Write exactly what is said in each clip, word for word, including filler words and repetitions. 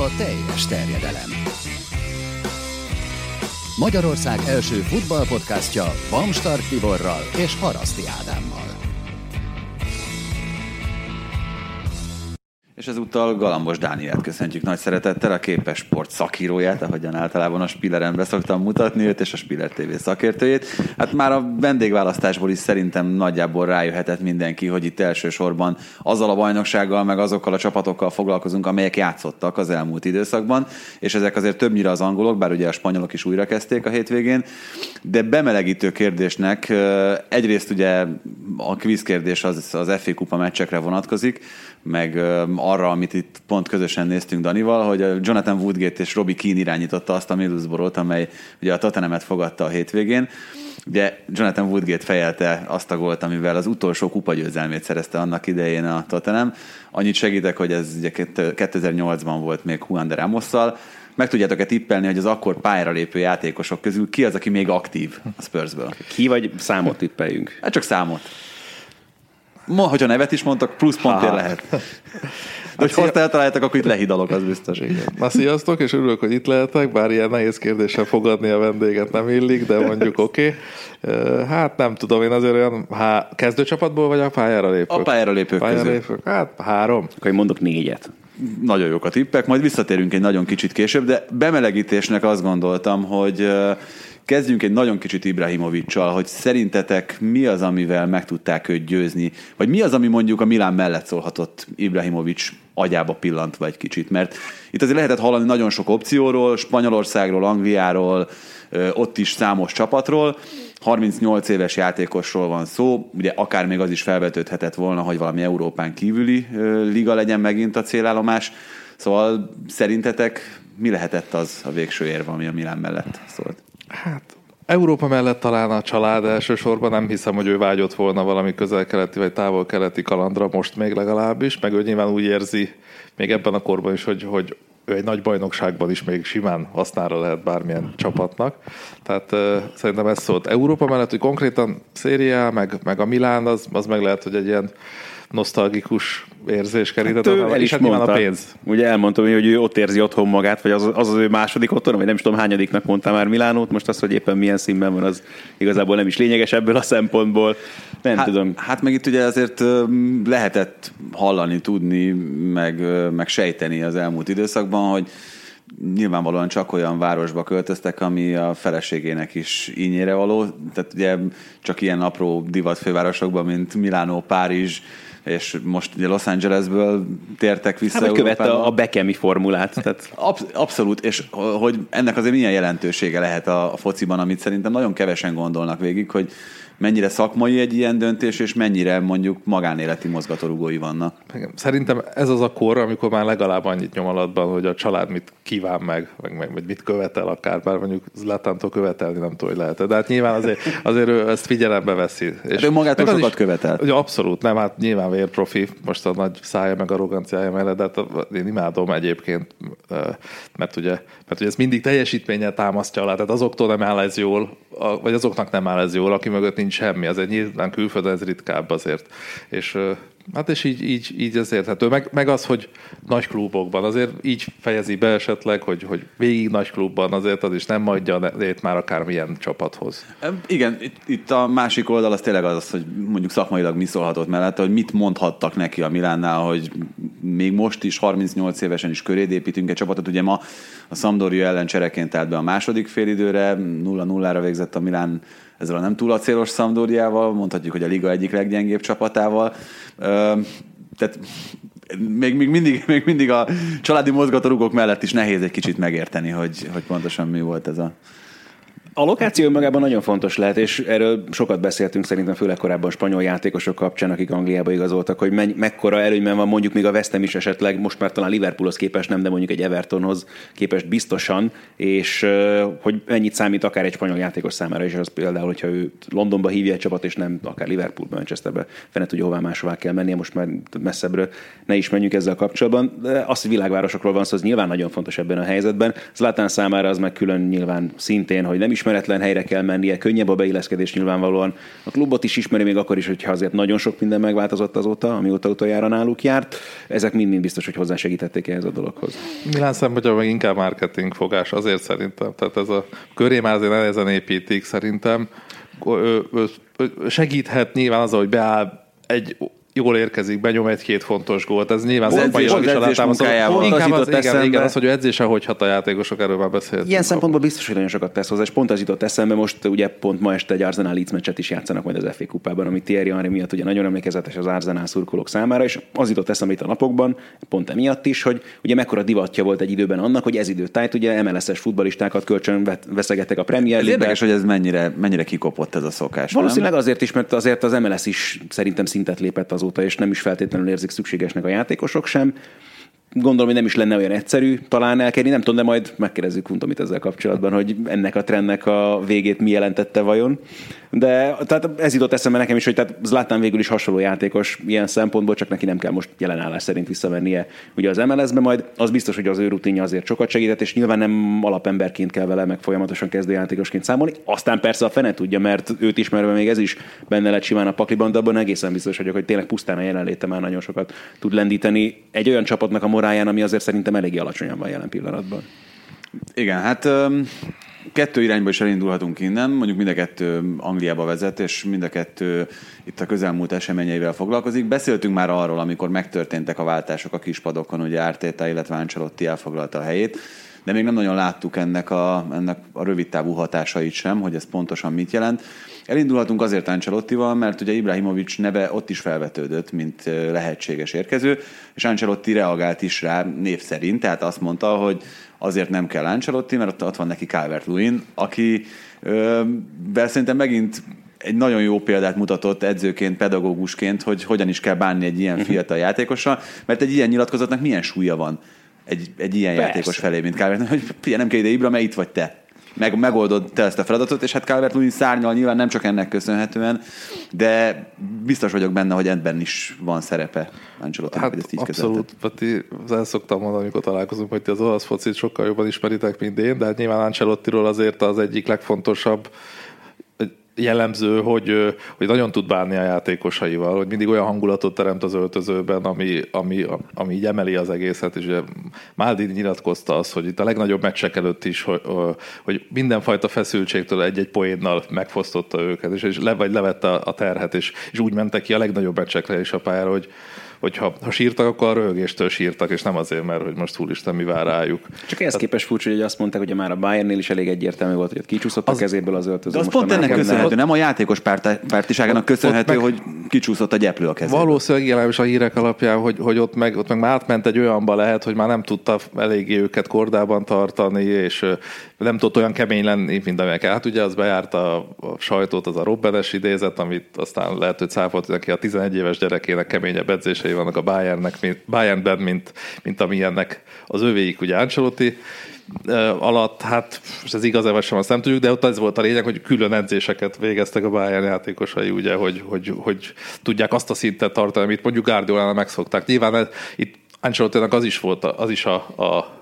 a teljes terjedelem. Magyarország első futballpodcastja Bamstart Tiborral és Haraszti Ádámmal. És ezúttal Galambos Dánielt köszöntjük nagy szeretettel, a Képes Sport szakíróját, ahogyan általában a Spilleren be szoktam mutatni őt, és a Spiller té vé szakértőjét. Hát már a vendégválasztásból is szerintem nagyjából rájöhetett mindenki, hogy itt elsősorban azzal a bajnoksággal, meg azokkal a csapatokkal foglalkozunk, amelyek játszottak az elmúlt időszakban, és ezek azért többnyire az angolok, bár ugye a spanyolok is újra kezdték a hétvégén, de bemelegítő kérdésnek egyrészt ugye a kvíz kérdés az, az ef á kupa meccsekre vonatkozik, meg arra, amit itt pont közösen néztünk Danival, hogy a Jonathan Woodgate és Robbie Keane irányította azt a Middlesbrough-t, amely ugye a Tottenhamet fogadta a hétvégén. Ugye Jonathan Woodgate fejelte azt a gólt, amivel az utolsó kupagyőzelmét szerezte annak idején a Tottenham. Annyit segítek, hogy ez ugye kétezer-nyolcban volt még Juan de Ramosszal. Meg tudjátok-e tippelni, hogy az akkor pályára lépő játékosok közül ki az, aki még aktív a Spursből? Ki vagy számot tippeljünk? Hát csak számot. Ma, hogyha nevet is mondtak, plusz pontért lehet. De hogy ha azt eltaláljátok, akkor itt lehidalok, az biztos. Igen. Na sziasztok, és örülök, hogy itt lehetek, bár ilyen nehéz kérdéssel fogadni a vendéget nem illik, de mondjuk oké. Okay. Hát nem tudom, én azért olyan há... kezdőcsapatból vagy a pályára lépők? A pályára lépők pályára közül. Lépők. Hát három. Akkor én mondok négyet. Nagyon jók a tippek, majd visszatérünk egy nagyon kicsit később, de bemelegítésnek azt gondoltam, hogy kezdjünk egy nagyon kicsit Ibrahimovic-sal, hogy szerintetek mi az, amivel meg tudták őt győzni, vagy mi az, ami mondjuk a Milán mellett szólhatott Ibrahimovic agyába pillantva egy kicsit, mert itt azért lehetett hallani nagyon sok opcióról, Spanyolországról, Angliáról, ott is számos csapatról, harmincnyolc éves játékosról van szó, ugye akár még az is felvetődhetett volna, hogy valami Európán kívüli liga legyen megint a célállomás, szóval szerintetek mi lehetett az a végső érv, ami a Milán mellett szólt? Hát Európa mellett talán a család elsősorban, nem hiszem, hogy ő vágyott volna valami közel-keleti vagy távol-keleti kalandra, most még legalábbis, meg ő nyilván úgy érzi, még ebben a korban is, hogy, hogy ő egy nagy bajnokságban is még simán hasznára lehet bármilyen csapatnak. Tehát uh, szerintem ez szólt Európa mellett, hogy konkrétan Serie A, meg, meg a Milán, az, az meg lehet, hogy egy ilyen nosztalgikus érzés kerített. Hát el is hát mondta, a pénz. Ugye elmondtam, hogy ő ott érzi otthon magát, vagy az az, az ő második otthon, vagy nem is tudom hányadiknak mondta már Milánót, most az, hogy éppen milyen színben van, az igazából nem is lényeges ebből a szempontból. Nem hát, tudom. Hát meg itt ugye azért lehetett hallani, tudni, meg, meg sejteni az elmúlt időszakban, hogy nyilvánvalóan csak olyan városba költöztek, ami a feleségének is ínyére való. Tehát ugye csak ilyen apró divat fővárosokban, mint Milánó, Párizs, és most ugye Los Angelesből tértek vissza. Hát, követte a Beckhami formulát. Tehát. Absz- abszolút, és hogy ennek azért milyen jelentősége lehet a fociban, amit szerintem nagyon kevesen gondolnak végig, hogy mennyire szakmai egy ilyen döntés, és mennyire mondjuk magánéleti mozgatórugói vannak. Szerintem ez az a kor, amikor már legalább annyit nyom alatban, hogy a család mit kíván meg, meg, meg vagy mit követel akár, bár mondjuk Zlatántól követelni nem tudom, hogy lehet. De hát nyilván azért, azért ő ezt figyelembe veszi. És ő magától sokat is, követel. Ugye abszolút, nem, hát nyilván vérprofi, most a nagy szája meg arroganciája mellett, de hát én imádom egyébként, mert ugye, mert ugye ez mindig teljesítménnyel támasztja alá, tehát azoktól nem áll ez jól, vagy azoknak nem áll ez jól, aki mögött nincs semmi, azért nyilván külföldön ez ritkább azért. És hát és így, így, így ez érthető. Meg, meg az, hogy nagy klubokban, azért így fejezi be esetleg, hogy, hogy végig nagy klubban azért az is nem adja lét már akármilyen csapathoz. Igen, itt, itt a másik oldal az tényleg az, hogy mondjuk szakmailag mi szólhatott mellette, hogy mit mondhattak neki a Milánnál, hogy még most is harmincnyolc évesen is köréd építünk egy csapatot. Ugye ma a Sampdoria ellen csereként állt be a második félidőre, nulla nullára végzett a Milán ezzel a nem túl acélos Sampdoriával, mondhatjuk, hogy a liga egyik leggyengébb csapatával. Tehát még, még, mindig, még mindig a családi mozgatórugók mellett is nehéz egy kicsit megérteni, hogy, hogy pontosan mi volt ez a... A lokáció magában nagyon fontos lehet, és erről sokat beszéltünk szerintem főleg korábban spanyol játékosok kapcsán, akik Angliába igazoltak, hogy menny, mekkora előnyben van mondjuk még a West Ham is esetleg, most már talán Liverpoolhoz képest nem, de mondjuk egy Evertonhoz képest biztosan, és hogy mennyit számít akár egy spanyol játékos számára is, az például, hogyha ő Londonba hívja egy csapat, és nem akár Liverpoolba, Manchesterbe, fene tudja, hová máshová kell mennie, most már messzebbről ne is menjünk ezzel kapcsolatban. De az, hogy világvárosokról van szó, az nyilván nagyon fontos ebben a helyzetben. Zlatan számára az meg külön nyilván szintén, hogy nem is ismeretlen helyre kell mennie, könnyebb a beilleszkedés nyilvánvalóan. A klubot is ismeri még akkor is, hogyha azért nagyon sok minden megváltozott azóta, amióta utoljára náluk járt. Ezek mind-mind biztos, hogy hozzásegítették ehhez a dologhoz. Milyen szempontjából meg inkább marketing fogás, azért szerintem. Tehát ez a köré már azért ezen építik szerintem. Segíthet nyilván az, hogy beáll egy jól érkezik, benyom egy-két fontos gólt. Ez nyilván szakmailag is alátámasztható. Inkább az, igen, igen, az, hogy edzése hogy hat a játékosok, erről már beszéltünk. Ilyen szempontból biztos, hogy nagyon sokat tesz hozzá, és pont az jutott eszembe, most ugye pont ma este egy Arsenal Leeds meccset is játszanak majd az ef á kupában, ami Thierry Henry miatt ugye nagyon emlékezetes az Arsenal szurkolók számára, és az jutott eszembe itt a napokban, pont emiatt is, hogy ugye mekkora divatja volt egy időben annak, hogy ez időtájt ugye em el es-es futballistákat kölcsön veszegettek a Premier League-be. Ez érdekes, hogy ez mennyire, mennyire kikopott ez a szokás. Valószínűleg azért is, mert azért az em el es is szerintem szintet lépett azóta, és nem is feltétlenül érzik szükségesnek a játékosok sem. Gondolom, hogy nem is lenne olyan egyszerű talán elkerni, nem tudom, de majd megkérdezzük Kuntomit ezzel kapcsolatban, hogy ennek a trendnek a végét mi jelentette vajon. De tehát ez jutott eszembe nekem is, hogy tehát Zlatan végül is hasonló játékos ilyen szempontból, csak neki nem kell most jelenállás szerint visszamennie ugye az em el es-be majd. Az biztos, hogy az ő rutinja azért sokat segített, és nyilván nem alapemberként kell vele meg folyamatosan kezdőjátékosként számolni. Aztán persze a fene tudja, mert őt ismerve még ez is benne lett simán a pakliban, de abban egészen biztos vagyok, hogy tényleg pusztán a jelenléte már nagyon sokat tud lendíteni egy olyan csapatnak a moráján, ami azért szerintem eléggé alacsonyan van jelen pillanatban. Igen, hát um, kettő irányba is elindulhatunk innen, mondjuk mind a kettő Angliába vezet, és mind a kettő itt a közelmúlt eseményeivel foglalkozik. Beszéltünk már arról, amikor megtörténtek a váltások a kispadokon, ugye Arteta, illetve Ancelotti elfoglalta a helyét, de még nem nagyon láttuk ennek a, ennek a rövidtávú hatásait sem, hogy ez pontosan mit jelent. Elindulhatunk azért Ancelottival, mert ugye Ibrahimovic neve ott is felvetődött, mint lehetséges érkező, és Ancelotti reagált is rá név szerint, tehát azt mondta, hogy azért nem kell Ancelotti, mert ott van neki Calvert-Lewin, aki bár szerintem megint egy nagyon jó példát mutatott edzőként, pedagógusként, hogy hogyan is kell bánni egy ilyen fiatal játékossal, mert egy ilyen nyilatkozatnak milyen súlya van egy, egy ilyen Persze. játékos felé, mint Calvert-Lewin, hogy figyelj, nem kell ide Ibra, mert itt vagy te. Meg, megoldod te ezt a feladatot, és hát Calvert-Lewin szárnyal nyilván nem csak ennek köszönhetően, de biztos vagyok benne, hogy ebben is van szerepe Ancelottinak, hát hogy ezt így abszolút, Peti, el szoktam mondani, amikor találkozunk, hogy ti az olasz focit sokkal jobban ismeritek, mint én, de hát nyilván Ancelottiról azért az egyik legfontosabb jellemző, hogy, hogy nagyon tud bánni a játékosaival, hogy mindig olyan hangulatot teremt az öltözőben, ami, ami, ami így emeli az egészet, és ugye Maldini nyilatkozta azt, hogy itt a legnagyobb meccsek előtt is, hogy, hogy mindenfajta feszültségtől egy-egy poénnal megfosztotta őket, és, és le, vagy levette a terhet, és, és úgy mentek ki a legnagyobb meccsekre is a pályára, hogy hogy ha, ha sírtak, akkor a röhögéstől sírtak, és nem azért, mert hogy most úristen mi vár rájuk. Csak ehhez képest furcsa, hogy azt mondták, hogy már a Bayernnél is elég egyértelmű volt, hogy ott kicsúszott az, a kezéből az öltöző. De az pont ennek köszönhető, nem a játékos párt, pártiságának köszönhető, meg, hogy kicsúszott a gyeplő a kezéből. Valószínűleg legalábbis a hírek alapján, hogy, hogy ott, meg, ott meg már átment egy olyanba lehet, hogy már nem tudta eléggé őket kordában tartani, és nem tudott olyan kemény lenni, mint amelyek. Hát ugye az bejárta a, a sajtót, az a Robbenes idézet, amit aztán lehet, hogy cáfolt neki a tizenegy éves gyerekének keményebb edzései vannak a Bayernnek, mint, Bayernben, mint, mint amilyennek az övéik, ugye Ancelotti alatt, hát ez igaz-e vagy sem, azt nem tudjuk, de ott az volt a lényeg, hogy külön edzéseket végeztek a Bayern játékosai, ugye, hogy, hogy, hogy tudják azt a szintet tartani, amit mondjuk Guardiolánál megszokták. Nyilván ez, itt Ancelottinak az is volt, az is a, a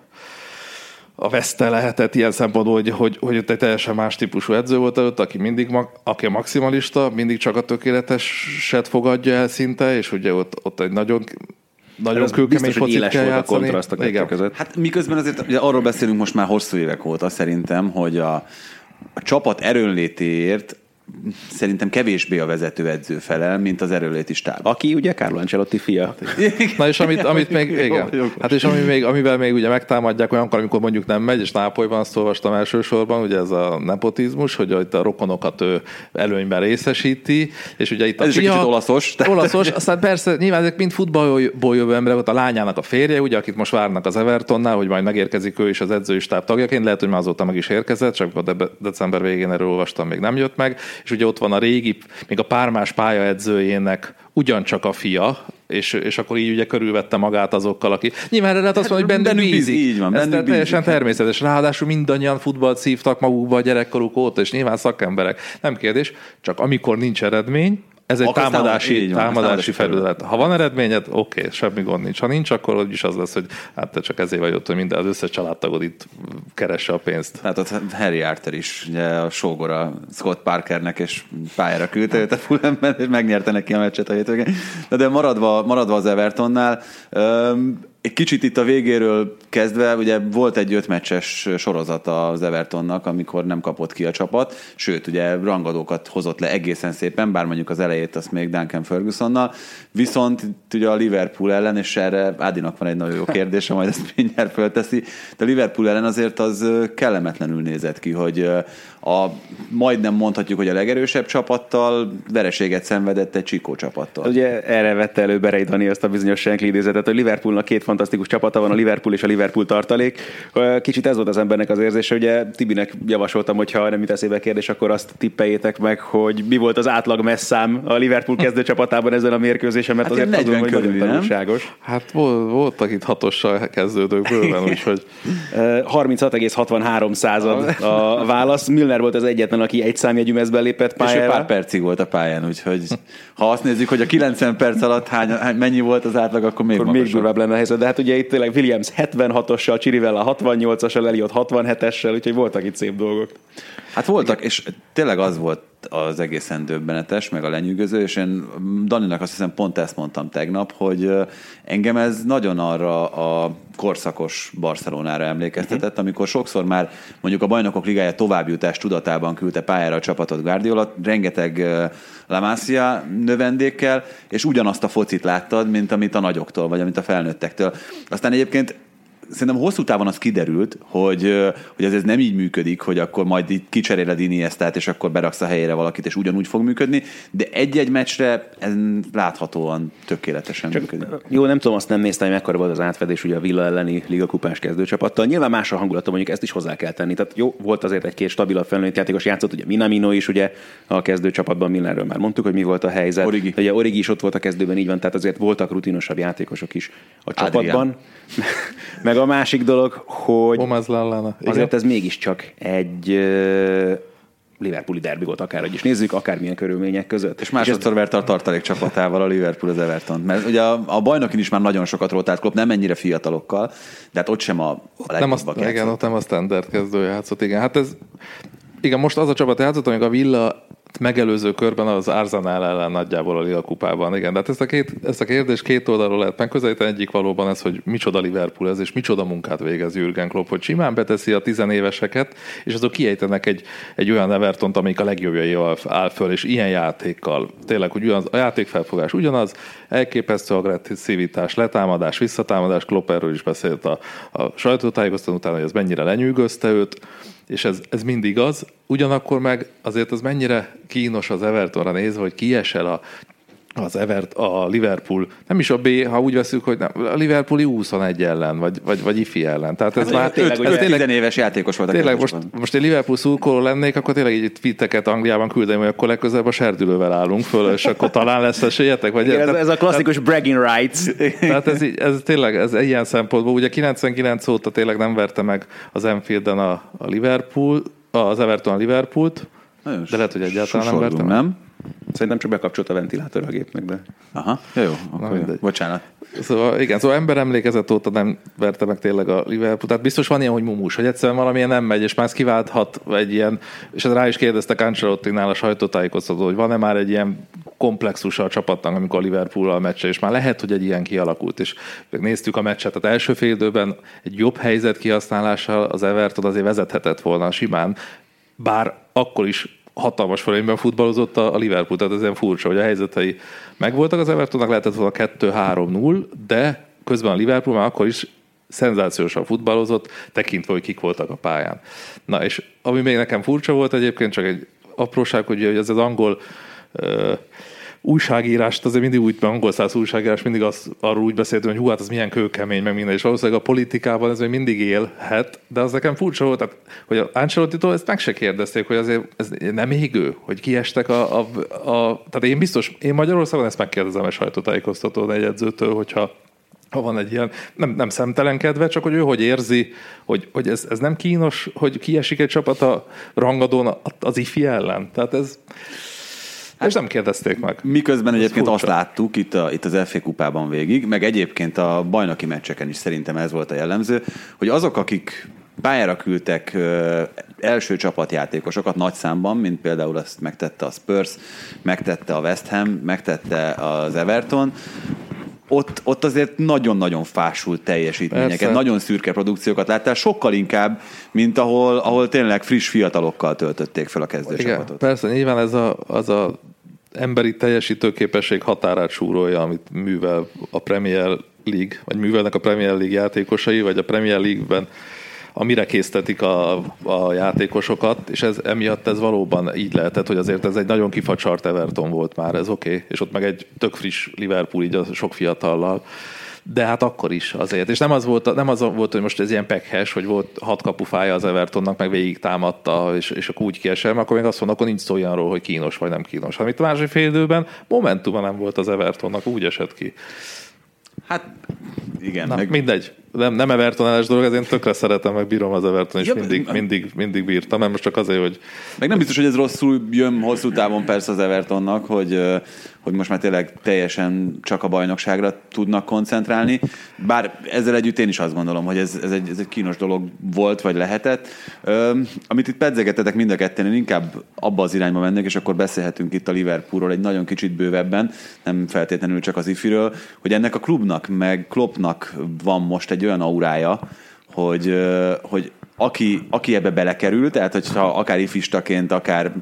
a veszte lehetett ilyen szempontból, hogy, hogy, hogy ott egy teljesen más típusú edző volt előtt, aki mindig aki a maximalista, mindig csak a tökéleteset fogadja el szinte, és ugye ott, ott egy nagyon nagyon kőkemény focit kell játszani. A a között. Hát miközben azért ugye arról beszélünk most már hosszú évek óta szerintem, hogy a, a csapat erőnlétéért szerintem kevésbé a vezetőedző felel, mint az erőléti stáb. Aki ugye Carlo Ancelotti fia. Na és amit, amit még, igen. Hát és ami még, amivel még ugye megtámadják olyankor, amikor mondjuk nem megy, és Nápolyban azt olvastam elsősorban, ugye ez a nepotizmus, hogy itt a rokonokat ő előnyben részesíti, és ugye itt a ez fia, is egy kicsit olaszos. Olaszos, aztán persze nyilván ezek mind futballból jövő emberek, ott a lányának a férje, ugye, akit most várnak az Evertonnál, hogy majd megérkezik ő is az edzői stáb tagjaként, lehet, hogy már azóta meg is érkezett, csak a december végén erről olvastam, még nem jött meg. És ugye ott van a régi, még a Pármás pályaedzőjének ugyancsak a fia, és, és akkor így ugye körülvette magát azokkal, aki... Nyilván erre lehet azt mondani, hogy bennük bízik. Így van, ez teljesen természetes. Ráadásul mindannyian futballt szívtak magukba a gyerekkoruk óta, és nyilván szakemberek. Nem kérdés, csak amikor nincs eredmény, ez egy Akkor támadási, van, támadási felület. Ha van eredményed, oké, okay, semmi gond nincs. Ha nincs, akkor úgyis az lesz, hogy hát te csak ezért vagy ott, hogy minden az összes családtagod itt keresse a pénzt. Hát ott Harry Arter is, ugye a sógora Scott Parkernek, és pályára küldte őt a Fulhamben, és megnyerte neki a meccset a hétvégén. De maradva, maradva az Evertonnál, egy kicsit itt a végéről kezdve, ugye volt egy öt meccses sorozata az Evertonnak, amikor nem kapott ki a csapat, sőt, ugye rangadókat hozott le egészen szépen, bár mondjuk az elejét azt még Duncan Fergusonnal, viszont ugye a Liverpool ellen, és erre Ádinak van egy nagyon jó kérdése, majd ezt mindjárt fölteszi, de a Liverpool ellen azért az kellemetlenül nézett ki, hogy a, majdnem mondhatjuk, hogy a legerősebb csapattal vereséget szenvedett egy Csikó csapattal. Ugye erre vette elő Berei Dani azt a bizonyos Shankly idézetet, hogy Liverpoolnak két fantasztikus csapata van, a Liverpool és a Liverpool tartalék. Kicsit ez volt az embernek az érzése, ugye Tibinek javasoltam, hogy ha nem jut eszébe a kérdés, akkor azt tippeljétek meg, hogy mi volt az átlag messzám a Liverpool kezdő csapatában ezen a mérkőzésen, mert hát azért tudom, hogy nagyon tanulságos. Hát voltak itt hatossal kezdődők bőven, úgyhogy... harminchat egész hatvanhárom század a válasz. Milner volt az egyetlen, aki egy számjegyű mezben lépett pályára. És ő pár percig volt a pályán, úgyhogy ha azt nézzük, hogy a kilencven perc alatt hány, hány, mennyi volt az átlag, akkor még akkor még durvább lenne a helyzet. De hát ugye itt tényleg Williams hetvenhatossal, Chirivella hatvannyolcassal, Elliot hatvanhetessel, úgyhogy voltak itt szép dolgok. Hát voltak, és tényleg az volt az egészen döbbenetes, meg a lenyűgöző, és én Daninak azt hiszem pont ezt mondtam tegnap, hogy engem ez nagyon arra a korszakos Barcelonára emlékeztetett, amikor sokszor már mondjuk a Bajnokok Ligája továbbjutás tudatában küldte pályára a csapatot Guardiola, rengeteg La Masia növendékkel, és ugyanazt a focit láttad, mint amit a nagyoktól, vagy amit a felnőttektől. Aztán egyébként szerintem hosszú távon az kiderült, hogy, hogy ez, ez nem így működik, hogy akkor majd itt kicseréled Iniestát, és akkor beraksz a helyére valakit, és ugyanúgy fog működni, de egy-egy meccsre ez láthatóan tökéletesen Csak működik. Jó, nem tudom, azt nem néztem, hogy mekkora volt az átfedés ugye a Villa elleni ligakupás kezdőcsapattal. Nyilván más a hangulatom, mondjuk ezt is hozzá kell tenni. Tehát jó, volt azért egy-két stabilabb felnőtt játékos játszott, ugye Minamino is ugye a kezdőcsapatban, Milnerről már mondtuk, hogy mi volt a helyzet. Origi. Ugye Origi is ott volt a kezdőben, így van, tehát azért voltak rutinosabb játékosok is a csapatban. Meg a másik dolog, hogy azért ez mégiscsak egy uh, Liverpooli derbi volt, akárhogy is nézzük, akármilyen körülmények között. És másodszor verte a tartalék csapatával a Liverpool az Everton. Mert ugye a, a bajnokin is már nagyon sokat rotált Klopp, nem ennyire fiatalokkal, de hát ott sem a, a nem azt, igen, ott nem a standard kezdő játszott, igen. Hát ez, igen, most az a csapat játszott, amíg a Villa megelőző körben az Arsenal ellen nagyjából a Liga kupában. Igen, de hát ezt a, két, ezt a kérdést két oldalról lehet megközelíteni. Egyik valóban ez, hogy micsoda Liverpool ez, és micsoda munkát végez Jürgen Klopp, hogy simán beteszi a tizenéveseket, és azok kiejtenek egy, egy olyan Evertont, amelyik a legjobbjaival áll föl, és ilyen játékkal. Tényleg, hogy ugyanaz, a játékfelfogás ugyanaz, elképesztő agresszivitás, letámadás, visszatámadás, Klopp erről is beszélt a, a sajtótájékoztatón után, hogy ez mennyire lenyűgözte őt, és ez, ez mindig az. Ugyanakkor meg azért az mennyire kínos az Evertonra nézve, hogy kiesel a, az Evert, a Liverpool, nem is a B, ha úgy veszük, hogy nem, a Liverpooli U huszonegy ellen, vagy, vagy, vagy ifi ellen. Tehát ez hát már tényleg, öt, tényleg éves játékos volt. Tényleg most, most egy Liverpool szurkoló lennék, akkor tényleg így tweeteket Angliában küldeni, hogy akkor legközelebb a serdülővel állunk föl, és akkor talán lesz esélyetek. Vagy ez, ez a klasszikus tehát, bragging rights. Tehát ez, így, ez tényleg ez ilyen szempontból, ugye kilencvenkilenc óta tényleg nem verte meg az Anfielden a, a Liverpool, az Everton a Liverpoolt, de lehet, hogy egyáltalán nem verte meg. Nem? Szerintem csak bekapcsolt a ventilátor a gépnek, de... Aha, jó, jó. Akkor Na, bocsánat. Szóval igen, szóval emberemlékezet óta nem verte meg tényleg a Liverpool. Tehát biztos van ilyen, hogy mumus, hogy egyszerűen valamilyen nem megy, és már ezt kiválthat egy ilyen, és rá is kérdeztek Ancelottinál a sajtótájékoztató, hogy van-e már egy ilyen komplexusa a csapatnak, amikor a Liverpool a meccse, és már lehet, hogy egy ilyen kialakult. És néztük a meccset, tehát első fél időben egy jobb helyzet kihasználással az Everton azért vezethetett volna simán, bár akkor is hatalmas fölényben futballozott a Liverpool, tehát ez ilyen furcsa, hogy a helyzetei megvoltak az Evertonnak, lehetett volna kettő három null, de közben a Liverpool már akkor is szenzációsan futballozott, tekintve, hogy kik voltak a pályán. Na, és ami még nekem furcsa volt egyébként, csak egy apróság, hogy ez az angol uh, újságírást, azért mindig úgy, angol száz újságírás, mindig az, arról úgy beszéltünk, hogy hú, hát az milyen kőkemény, meg minden, és valószínűleg a politikában ez még mindig élhet, de az nekem furcsa volt, tehát, hogy a Ancelottitól ezt meg se kérdezték, hogy azért ez nem égő, hogy kiestek a, a, a... Tehát én biztos, én Magyarországon ezt megkérdezem egy sajtótájékoztatón egy edzőtől, hogyha ha van egy ilyen, nem, nem szemtelenkedve, csak hogy ő hogy érzi, hogy, hogy ez, ez nem kínos, hogy kiesik egy csapat a rangadón az ifi ellen. Tehát ez... Hát, és nem kérdezték meg. Miközben ez egyébként furcsa. Azt láttuk itt, a, itt az ef á kupában végig, meg egyébként a bajnoki meccseken is szerintem ez volt a jellemző, hogy azok, akik pályára küldtek ö, első csapatjátékosokat nagy számban, mint például azt megtette a Spurs, megtette a West Ham, megtette az Everton, Ott, ott azért nagyon-nagyon fásult teljesítményeket, persze. Nagyon szürke produkciókat láttál, sokkal inkább, mint ahol, ahol tényleg friss fiatalokkal töltötték fel a kezdőcsapatot. Igen, persze, nyilván ez a, az a emberi teljesítőképesség határát súrolja, amit művel a Premier League, vagy művelnek a Premier League játékosai, vagy a Premier League-ben amire késztetik a, a játékosokat, és ez emiatt ez valóban így lehetett, hogy azért ez egy nagyon kifacsart Everton volt már, ez oké, okay. És ott meg egy tök friss Liverpool így a sok fiatallal, de hát akkor is azért. És nem az volt, nem az volt, hogy most ez ilyen pekhes, hogy volt hat kapufája az Evertonnak, meg végig támadta, és, és akkor úgy kiesel, akkor még azt mondom, akkor nincs szó olyanról, hogy kínos vagy nem kínos. Hanem itt a másik fél időben momentuma nem volt az Evertonnak, úgy esett ki. Hát igen. Na, meg... mindegy. Nem, nem Everton-eles dolog, ezért én tökre szeretem, meg bírom az Everton, és ja, mindig, mindig, mindig bírtam, mert most csak azért, hogy... Meg nem biztos, hogy ez rosszul jön hosszú távon persze az Evertonnak, hogy, hogy most már tényleg teljesen csak a bajnokságra tudnak koncentrálni, bár ezzel együtt én is azt gondolom, hogy ez, ez, egy, ez egy kínos dolog volt, vagy lehetett. Amit itt pedzegetetek mind a ketten, én inkább abba az irányba mennek, és akkor beszélhetünk itt a Liverpoolról egy nagyon kicsit bővebben, nem feltétlenül csak az ifiről, hogy ennek a klubnak, meg Kloppnak van most egy egy olyan aurája, hogy, hogy aki, aki ebbe belekerül, tehát hogyha akár ifistaként, akár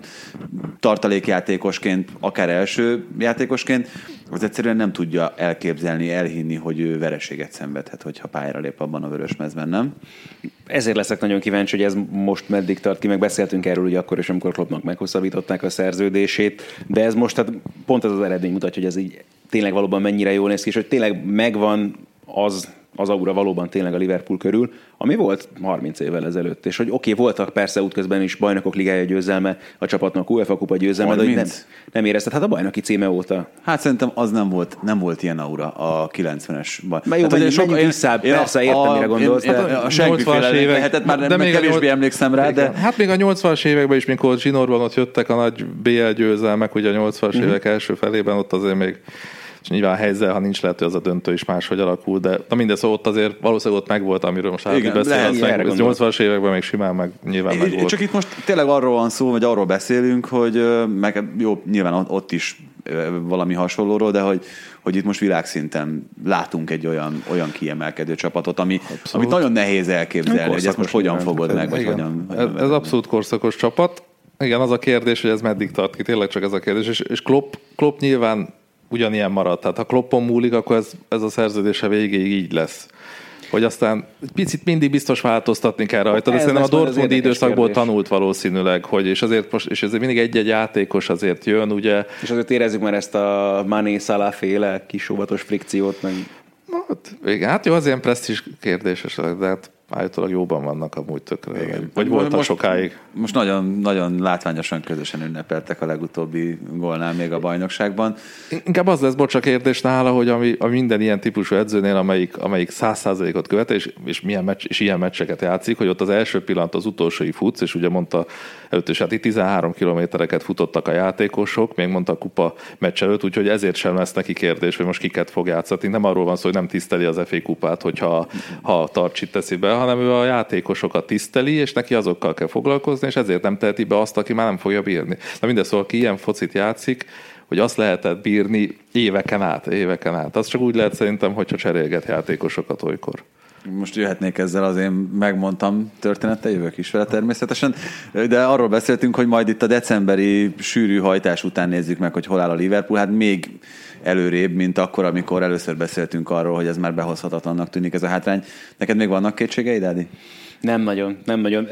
tartalékjátékosként, akár első játékosként, az egyszerűen nem tudja elképzelni, elhinni, hogy ő vereséget szenvedhet, hogyha pályára lép abban a Vörösmezben, nem? Ezért leszek nagyon kíváncsi, hogy ez most meddig tart ki, meg beszéltünk erről, hogy akkor is, amikor Kloppnak meghosszabbították a szerződését, de ez most hát pont az az eredmény mutatja, hogy ez így tényleg valóban mennyire jól néz ki, és hogy tényleg megvan az az aura valóban tényleg a Liverpool körül, ami volt harminc évvel ezelőtt. És hogy oké, okay, voltak persze útközben is bajnokok ligája győzelme, a csapatnak u ef á kupa győzelme, de hogy nem, nem érezted, hát a bajnoki címe óta. Hát szerintem az nem volt, nem volt ilyen aura a kilencvenes baj. Mert jó, hát, hogy sok, vissza, én, persze értem, a, mire gondolsz. Én, de a, a senkiféle lehetett, már de még kevésbé nyolc... emlékszem rá, de... Hát még a nyolcvanas években is, mikor zsinórban ott jöttek a nagy bé el győzelmek, ugye a nyolcvanas uh-huh. évek első felében, ott azért még és nyilván a helyzet, ha nincs lehet, hogy az a döntő is máshogy alakul, de na mindez ott azért valószínűleg ott megvolt, amiről most Ági beszél, az nyolcvanas években még simán meg nyilván meg volt. Csak itt most tényleg arról van szó, vagy arról beszélünk, hogy meg jó, nyilván ott is valami hasonlóról, de hogy, hogy itt most világszinten látunk egy olyan, olyan kiemelkedő csapatot, ami, amit nagyon nehéz elképzelni, hogy ezt most hogyan fogod meg, vagy hogyan, hogyan ez, ez abszolút korszakos csapat. Igen, az a kérdés, hogy ez meddig tart ki, tényleg csak ez a kérdés, és, és Klopp, Klopp nyilván ugyanilyen marad. Tehát ha Kloppon múlik, akkor ez, ez a szerződése végéig így lesz. Hogy aztán egy picit mindig biztos változtatni kell rajta, de szerintem a Dortmundi időszakból kérdés. Tanult valószínűleg, hogy és azért most, és ezért mindig egy-egy játékos azért jön, ugye. És azért érezzük már ezt a Mané Salah féle kis óvatos frikciót, meg... Hát, igen, hát jó, az ilyen presztízs kérdéses, de hát állítólag jóban vannak amúgy tökre, vagy, vagy voltak most, sokáig. Most nagyon, nagyon látványosan közösen ünnepeltek a legutóbbi gólnál még a bajnokságban. Inkább az lesz, bocs, a kérdés nála, hogy ami, ami minden ilyen típusú edzőnél, amelyik, amelyik száz százalékot követel, és, és, milyen meccs, és ilyen meccseket játszik, hogy ott az első pillanat az utolsói futsz, és ugye mondta előtt is, hát itt tizenhárom kilométereket futottak a játékosok, még mondta a kupa meccs előtt, úgyhogy ezért sem lesz neki kérdés, hogy most kiket fog játszani. Nem arról van szó, hogy nem tiszteli az ef á kupát, hogyha ha Tarcsit teszi be, hanem ő a játékosokat tiszteli, és neki azokkal kell foglalkozni, és ezért nem teheti be azt, aki már nem fogja bírni. Na mindez, szóval, aki ilyen focit játszik, hogy azt lehetett bírni éveken át, éveken át. Az csak úgy lehet szerintem, hogyha cserélget játékosokat olykor. Most jöhetnék ezzel, az én megmondtam történettel, jövök is vele természetesen, de arról beszéltünk, hogy majd itt a decemberi sűrű hajtás után nézzük meg, hogy hol áll a Liverpool, hát még előrébb, mint akkor, amikor először beszéltünk arról, hogy ez már behozhatatlannak tűnik ez a hátrány. Neked még vannak kétségeid, Ádi? Nem nagyon, nem nagyon.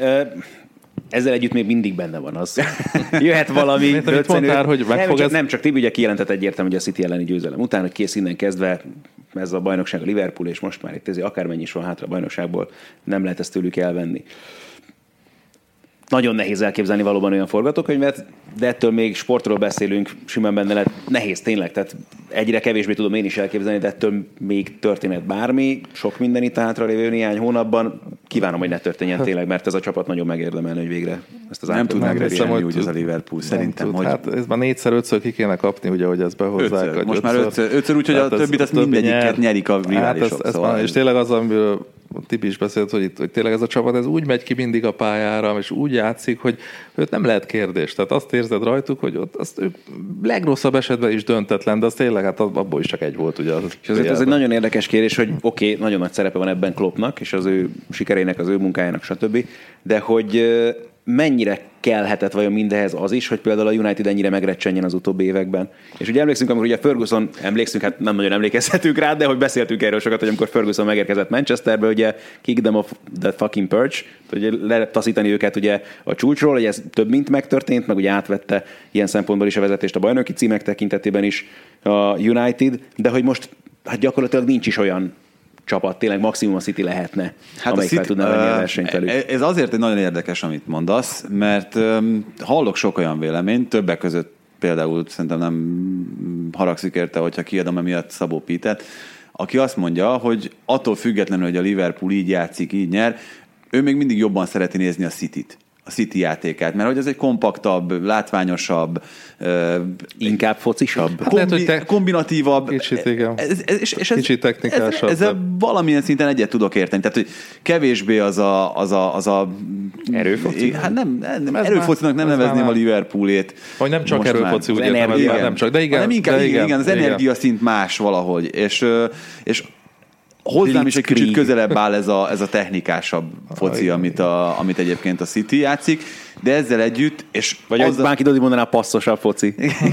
Ezzel együtt még mindig benne van az. Jöhet valami. Mit mondtál, hogy meg nem, fog csak, ez... nem csak Tibi ugye kijelentett egyértelmű, hogy a City elleni győzelem után, hogy kész innen kezdve ez a bajnokság a Liverpool, és most már itt ezért akármennyi is van hátra a bajnokságból, nem lehet ezt tőlük elvenni. nagyon nehéz elképzelni valóban olyan forgatókönyvet, de ettől még sportról beszélünk, simán benne lehet, nehéz tényleg, tehát egyre kevésbé tudom én is elképzelni, de ettől még történhet bármi, sok minden itt hátra lévő néhány hónapban. Kívánom, hogy ne történjen tényleg, mert ez a csapat nagyon megérdemelne, hogy végre ezt az nem tud megreagálni úgy az a Liverpool szerintem. Hogy... Hát ez már négyszer, ötször ki kéne kapni, ugye, hogy ezt behozzák. Ötször. Most ötször. már ötször, ötször úgyhogy hát a többit azt mindegyiket nyer. nyerik a riválisok. Hát ez, szóval ez, és tényleg az, amiről Tibi is beszélt, hogy, itt, hogy tényleg ez a csapat ez úgy megy ki mindig a pályára, és úgy játszik, hogy őt nem lehet kérdés. Tehát azt érzed rajtuk, hogy ott azt ők legrosszabb esetben is döntetlen, de az tényleg hát abból is csak egy volt. Ugye, az és azért ez egy nagyon érdekes kérdés, hogy oké, okay, nagyon nagy szerepe van ebben Kloppnak, és az ő sikerének, az ő munkájának, stb. De hogy mennyire kellhetett vajon mindehez az is, hogy például a United ennyire megrecsenjen az utóbbi években. És ugye emlékszünk, amikor ugye Ferguson, emlékszünk, hát nem nagyon emlékezhetünk rá, de hogy beszéltünk erről sokat, hogy amikor Ferguson megérkezett Manchesterbe, ugye kick them off the fucking perch, hogy letaszítani őket ugye a csúcsról, hogy ez több mint megtörtént, meg ugye átvette ilyen szempontból is a vezetést a bajnoki címek tekintetében is a United, de hogy most hát gyakorlatilag nincs is olyan csapat, tényleg maximum a City lehetne, hát amelyik fel tudna venni a versenyt velük. Ez azért egy nagyon érdekes, amit mondasz, mert um, hallok sok olyan véleményt, többek között például szerintem nem haragszik érte, hogyha kiadom emiatt Szabó Pitet, aki azt mondja, hogy attól függetlenül, hogy a Liverpool így játszik, így nyer, ő még mindig jobban szereti nézni a Cityt. A City játékát, mert hogy ez egy kompaktabb, látványosabb, uh, inkább focisabb, kombi- lehet, hogy te... kombinatívabb, kicsit, igen. Ez, ez, és, és ez, kicsit technikásabb. Ez, ezzel valamilyen szinten egyet tudok érteni, tehát hogy kevésbé az a, az a, az a erőfoci? Hát nem, nem erőfocinak nem nevezném már a Liverpoolét. Vagy nem csak erőfoci, úgy értem, igen. nem csak, de igen. Nem inkább, de igen, igen, az igen. energiaszint más valahogy, és, és hozzám is egy kicsit közelebb áll ez a, ez a technikásabb foci, amit, a, amit egyébként a City játszik, de ezzel együtt, és vagy azzal, Bánki Dodi mondaná, passzosabb foci.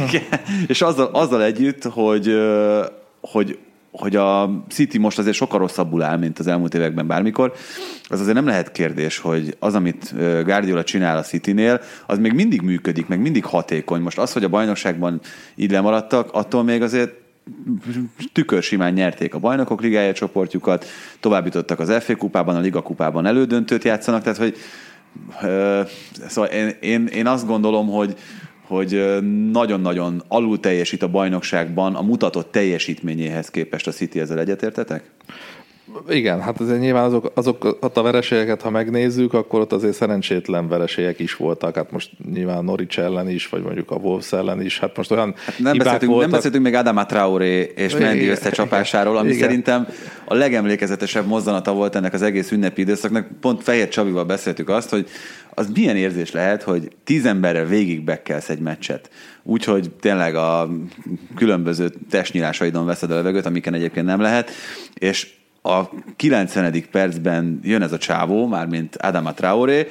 És azzal, azzal együtt, hogy, hogy, hogy a City most azért sokkal rosszabbul áll, mint az elmúlt években bármikor, az azért nem lehet kérdés, hogy az, amit Guardiola csinál a Citynél, az még mindig működik, meg mindig hatékony. Most az, hogy a bajnokságban így lemaradtak, attól még azért tükörsimán nyerték a Bajnokok Ligája csoportjukat, tovább jutottak az ef á kupában, a Liga kupában elődöntőt játszanak, tehát hogy euh, szóval én, én, én azt gondolom, hogy, hogy nagyon-nagyon alul teljesít a bajnokságban a mutatott teljesítményéhez képest a City, ezzel egyetértetek? Igen, hát azért nyilván azok, azokat a vereségeket, ha megnézzük, akkor ott azért szerencsétlen vereségek is voltak. Hát most nyilván Norwich ellen is, vagy mondjuk a Wolves ellen is. Hát most olyan hát nem, beszéltünk, nem beszéltünk még Adama Traoré és Mendy összecsapásáról, ami igen. Szerintem a legemlékezetesebb mozzanata volt ennek az egész ünnepi időszaknak. Pont Fehér Csabival beszéltük azt, hogy az milyen érzés lehet, hogy tíz emberrel végig bekkelsz egy meccset. Úgyhogy tényleg a különböző testnyílásaidon veszed a levegőt, amiken egyébként nem lehet, és a kilencvenedik percben jön ez a csávó, mármint Adama Traoré,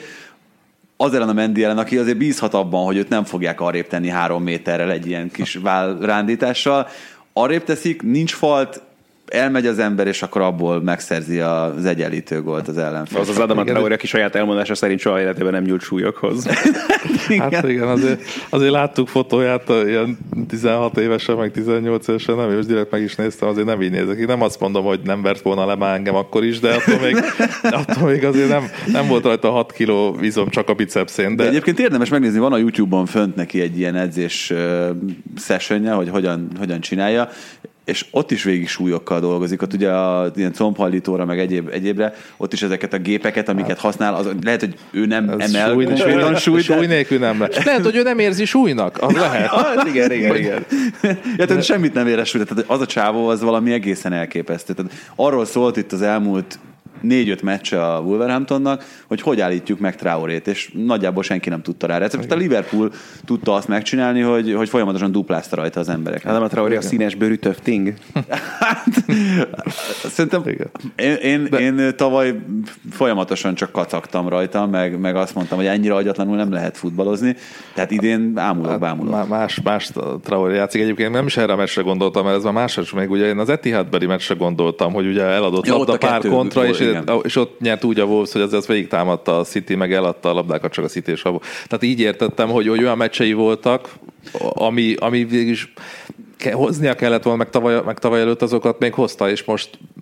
az ellen a Mendy ellen, aki azért bízhat abban, hogy őt nem fogják arrébb tenni három méterrel egy ilyen kis vállrándítással. Arrébb teszik, nincs falt, elmegy az ember, és akkor abból megszerzi az egyenlítő gólt az ellenfél. Az az Adama Traoré, aki saját elmondása szerint soha életében nem nyúlt súlyokhoz. Hát igen, azért, azért láttuk fotóját, ilyen tizenhat évesen, meg tizennyolc évesen, nem, és direkt meg is néztem, azért nem így nézek ki. Nem azt mondom, hogy nem vert volna le már engem akkor is, de attól még, attól még azért nem, nem volt rajta hat kiló izom csak a bicepszén. De... de egyébként érdemes megnézni, van a YouTube-on fönt neki egy ilyen edzés uh, sessionje, hogy hogyan, hogyan csinálja, és ott is végig súlyokkal dolgozik, ott ugye a ilyen combhajlítóra, meg egyéb, egyébre, ott is ezeket a gépeket, amiket használ, az, lehet, hogy ő nem ez emel súly, súly, súly, súly nélkül nem lehet. Lehet, hogy ő nem érzi súlynak, az lehet. Ah, igen, igen, igen. Ja, tehát semmit nem érez súlyt, tehát az a csávó az valami egészen elképesztő. Tehát arról szólt itt az elmúlt négy-öt meccse a Wolverhamptonnak, hogy hogy állítjuk meg Traorét, és nagyjából senki nem tudta rá receptet. A Liverpool tudta azt megcsinálni, hogy, hogy folyamatosan duplázta rajta az embereket. Hát nem a Traoré a színes bőrű töfting? Hát, szerintem én, én, én tavaly folyamatosan csak kacagtam rajta, meg, meg azt mondtam, hogy ennyire agyatlanul nem lehet futballozni, tehát idén ámulok, bámulok. Hát, más, más Traoré játszik. Egyébként nem is erre a meccsre gondoltam, mert ez már másra, még ugye én az Etihadbeli meccsre gondoltam, hogy ugye eladott ja, labda pár kontra, és és ott nyert úgy a Wolves, hogy az, az végig támadta a City, meg eladta a labdákat csak a City és a... Tehát így értettem, hogy, hogy olyan meccsei voltak, ami, ami végig is hoznia kellett volna, meg tavaly, meg tavaly előtt azokat még hozta, és most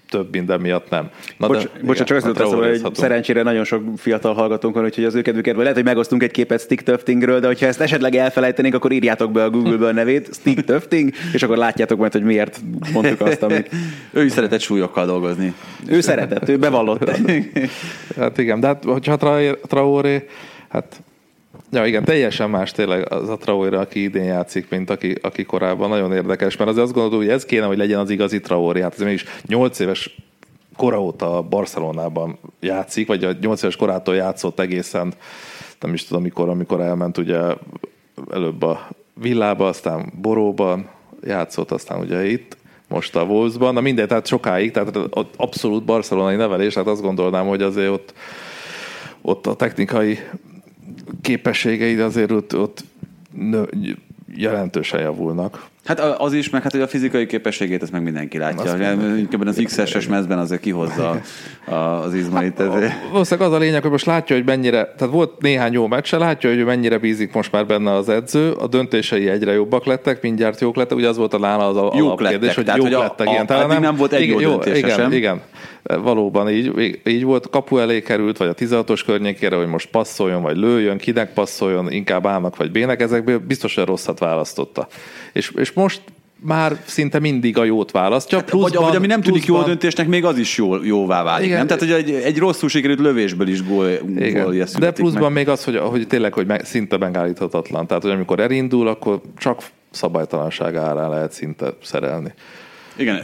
több minden miatt nem. Na Bocs, de, bocsánat, csak azt mondtam, hogy szerencsére nagyon sok fiatal hallgatónk van, úgyhogy az ő kedvükért lehet, hogy megosztunk egy képet Stick Tuftingről, de hogyha ezt esetleg elfelejtenénk, akkor írjátok be a Google-be a nevét, Stick Tufting, és akkor látjátok majd, hogy miért mondtuk azt, amit... Ő is szeretett súlyokkal dolgozni. Ő szeretett, ő bevallotta. Hát igen, de hát, hogyha Traoré, hát ja, igen, teljesen más tényleg az a Traoré, aki idén játszik, mint aki, aki korábban. Nagyon érdekes, mert azért azt gondolom, hogy ez kéne, hogy legyen az igazi Traoré. Hát ez mégis nyolc éves kora óta Barcelonában játszik, vagy a nyolc éves korától játszott egészen, nem is tudom mikor, amikor elment ugye előbb a Villába, aztán Boróban játszott, aztán ugye itt, most a Wolvesban. Na mindegy, tehát sokáig, tehát abszolút barcelonai nevelés, tehát azt gondolnám, hogy azért ott, ott a technikai képességeid azért ott, ott nő, jelentősen javulnak. Hát az is, meg hát, hogy a fizikai képességét, ezt meg mindenki látja. Inkább az iksz es-es mezben azért kihozza az izmait. Valószínűleg az a lényeg, hogy most látja, hogy mennyire, tehát volt néhány jó meccse, látja, hogy mennyire bízik most már benne az edző, a döntései egyre jobbak lettek, mindjárt jók lettek, ugye az volt a nála az a alapkérdés, hogy jók lettek. A, igen, a, nem, nem volt egy igen, jó döntése igen, sem. Igen, valóban így, így volt, kapu elé került, vagy a tizenhatos környékére, hogy most passzoljon, vagy lőjön, kinek passzoljon, inkább állnak, vagy bének, ezekből biztos, hogy rosszat választotta. És, és most már szinte mindig a jót választja. Hát, pluszban, vagy ami nem tűnik jó döntésnek, még az is jó, jóvá válik. Igen. Nem? Tehát, hogy egy, egy rosszul sikerült lövésből is gól, gólja születik. De pluszban meg. még az, hogy, hogy tényleg, hogy meg, szinte megállíthatatlan. Tehát, hogy amikor elindul, akkor csak szabálytalanság árán lehet szinte szerelni. Igen,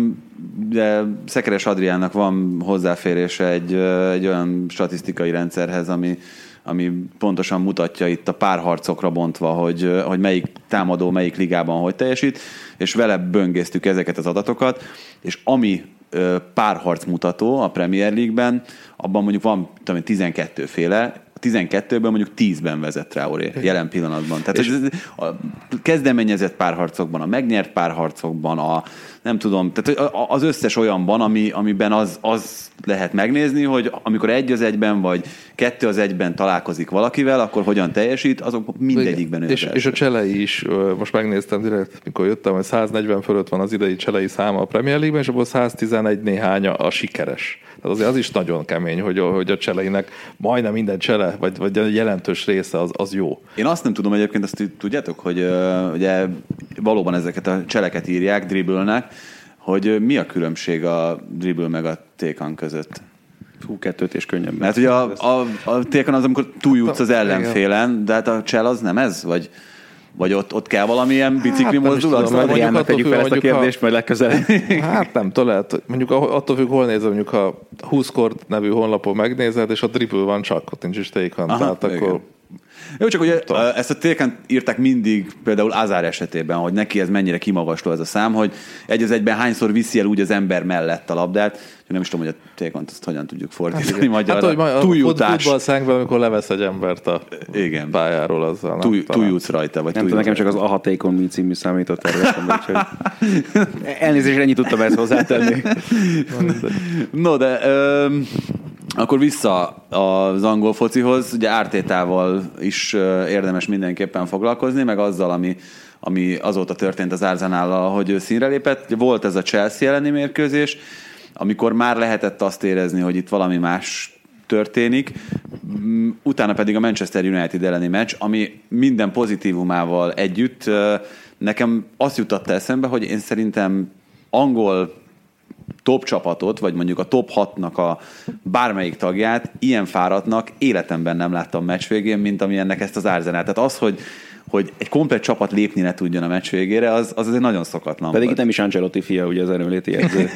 de Szekeres Adriánnak van hozzáférése egy, egy olyan statisztikai rendszerhez, ami ami pontosan mutatja itt a párharcokra bontva, hogy, hogy melyik támadó, melyik ligában hogy teljesít, és vele böngésztük ezeket az adatokat, és ami párharc mutató a Premier League-ben, abban mondjuk van tudom, tizenkettő féle, a tizenkettőből mondjuk tízben vezet Traoré jelen pillanatban. Tehát és ez, a kezdeményezett párharcokban, a megnyert párharcokban, a nem tudom, tehát az összes olyanban, ami, amiben az, az lehet megnézni, hogy amikor egy az egyben, vagy kettő az egyben találkozik valakivel, akkor hogyan teljesít, azok mindegyikben ő. És, és a Cselei is, most megnéztem direkt, mikor jöttem, hogy száznegyven fölött van az idei Cselei száma a Premier League-ben, és abból száztizenegy néhány a, a sikeres. Tehát azért az is nagyon kemény, hogy, hogy a Cseleinek majdnem minden Csele, vagy, vagy a jelentős része az, az jó. Én azt nem tudom egyébként, azt tudjátok, hogy uh, ugye valóban ezeket a cseleket írják, dribbelnek, hogy mi a különbség a dribble meg a tékan között? Hú, kettőt és könnyebb. Mert ugye a, a, a tékan az, amikor túljutsz az ellenfélen, de hát a csel az nem ez? Vagy, vagy ott, ott kell valamilyen bicikli hát, mozdulat? Adriánnak tegyük fel ezt a kérdést, majd legközelebb. Hát nem, lehet, mondjuk attól függ, hol nézem, mondjuk a húsz-kor nevű honlapon megnézed, és a dribble van csak, ott nincs is tékan. Tehát akkor... Jó, csak ugye ezt a téken írták mindig, például Azár esetében, hogy neki ez mennyire kimagasló ez a szám, hogy egy az egyben hányszor viszi el úgy az ember mellett a labdát, nem is tudom, hogy a tékont azt hogyan tudjuk fordítani hát, magyarra. Hát, túljutás. Futballszánkban, amikor levesz egy embert a igen. pályáról azzal. Túl, túljutsz rajta. Vagy nem tudom, nekem csak az Aha Tékon mi című számított terveztem, úgyhogy elnézést, ennyit tudtam ezt hozzátenni. No, de... Um, akkor vissza az angol focihoz, ugye Artétával is érdemes mindenképpen foglalkozni, meg azzal, ami, ami azóta történt az Arsenállal, hogy ő színre lépett. Volt ez a Chelsea elleni mérkőzés, amikor már lehetett azt érezni, hogy itt valami más történik. Utána pedig a Manchester United elleni meccs, ami minden pozitívumával együtt nekem azt juttatta eszembe, hogy én szerintem angol top csapatot, vagy mondjuk a top hatnak a bármelyik tagját ilyen fáradtnak életemben nem láttam meccs végén, mint amilyennek ezt az Arsenal. Tehát az, hogy, hogy egy komplett csapat lépni ne tudjon a meccs végére, az, az azért nagyon szokatlan. Pedig itt nem is Ancelotti fia, ugye az erőnléti edző.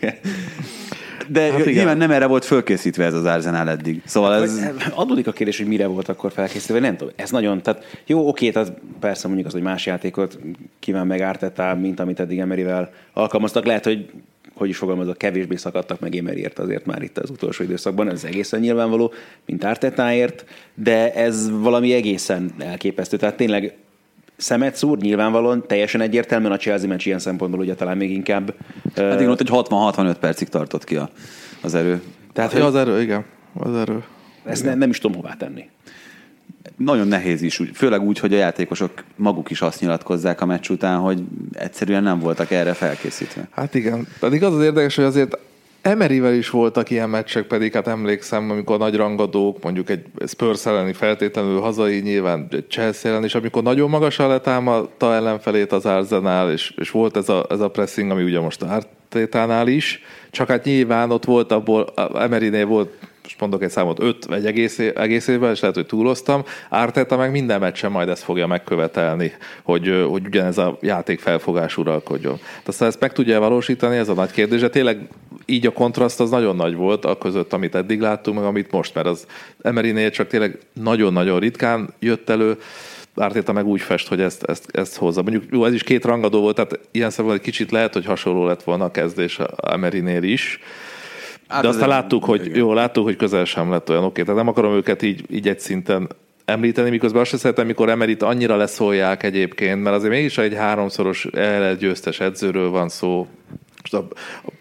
De hát nyilván nem erre volt fölkészítve ez az Arsenal eddig. Szóval hát, ez... Adódik a kérdés, hogy mire volt akkor felkészítve, nem tudom. Ez nagyon, tehát jó, oké, tehát persze mondjuk az, hogy más játékot kíván meg Arteta, mint amit eddig Emeryvel alkalmaztak. Lehet, hogy hogy is fogalmazok, kevésbé szakadtak meg Emeryért azért már itt az utolsó időszakban, ez egészen nyilvánvaló, mint Artetáért, de ez valami egészen elképesztő. Tehát tényleg szemet szúr, nyilvánvalóan, teljesen egyértelműen a Chelsea meccs ilyen szempontból ugye talán még inkább... Hát igen, ott egy hatvan-hatvanöt percig tartott ki a, az erő. Tehát, hogy az erő, igen, az erő. Ezt ne, nem is tudom hová tenni. Nagyon nehéz is, főleg úgy, hogy a játékosok maguk is azt nyilatkozzák a meccs után, hogy egyszerűen nem voltak erre felkészítve. Hát igen, pedig az az érdekes, hogy azért Emeryvel is voltak ilyen meccsek, pedig hát emlékszem, amikor nagy rangadók, mondjuk egy Spurs elleni feltétlenül hazai, nyilván Chelsea ellen is, amikor nagyon magasan letámadta ellenfelét az Arsenal, és, és volt ez a, ez a pressing, ami ugye most Artétánál is, csak hát nyilván ott volt abból, Emerynél volt, most mondok egy számot, öt vagy egész, egész évben, és lehet, hogy túloztam. Arteta meg minden meccsen majd ezt fogja megkövetelni, hogy, hogy ugyanez a játék felfogás uralkodjon. De aztán ezt meg tudja valósítani, ez a nagy kérdés, de tényleg így a kontraszt az nagyon nagy volt a között, amit eddig láttunk, meg amit most, mert az Emerynél csak tényleg nagyon-nagyon ritkán jött elő, Arteta meg úgy fest, hogy ezt, ezt, ezt hozza. Mondjuk jó, ez is két rangadó volt, tehát ilyen szemben egy kicsit lehet, hogy hasonló lett volna a kezdés Emerynél is. De aztán láttuk, hogy jó, láttuk, hogy közel sem lett olyan oké. Tehát nem akarom őket így, így egy szinten említeni, miközben azt sem szeretem, mikor Emeryt annyira leszólják egyébként, mert azért mégis egy háromszoros el el győztes edzőről van szó. Most a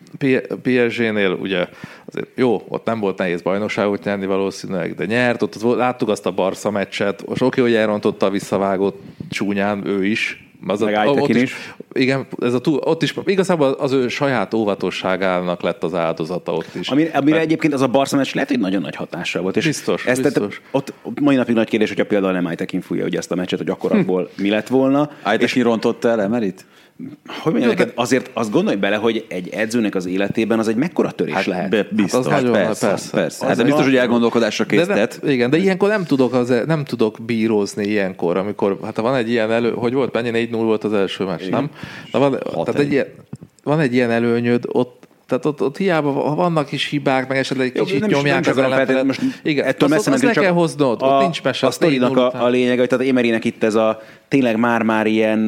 pé es gé-nél ugye azért jó, ott nem volt nehéz bajnokságot nyerni valószínűleg, de nyert, ott, ott láttuk azt a Barca meccset, most oké, hogy elrontotta a visszavágót csúnyán ő is, az meg a, ott is. is. Igen, ez a túl, ott is igazából az ő saját óvatosságának lett az áldozata ott is. Amire, amire Mert... egyébként az a Barca meccs lehet, hogy nagyon nagy hatással volt. És biztos, ezt, biztos. Tehát, ott, ott mai napig nagy kérdés, hogyha például nem Ájtekin fújja ugye ezt a meccset, hogy akkor abból mi lett volna. Ájtekin rontotta el Emeryt? Hogy mondjam neked, azért azt gondolj bele, hogy egy edzőnek az életében az egy mekkora törés hát lehet. Be, biztos, hát az persze, persze. persze. Hát de biztos, hogy elgondolkodásra késztet. De igen, de ilyenkor nem tudok, az, nem tudok bírózni ilyenkor, amikor, hát van egy ilyen elő, hogy volt, mennyi négy null volt az első meccs, igen. Nem? De van, tehát egy ilyen, van egy ilyen előnyöd, ott tehát ott, ott hiába vannak is hibák, meg esetleg egy kicsit nyomják az ellenfelet. Most igen, ettől messze azt, azt le kell hoznod, ott nincs mese. A sztorinak a, a lényege, hogy tehát Emerynek itt ez a tényleg már-már ilyen,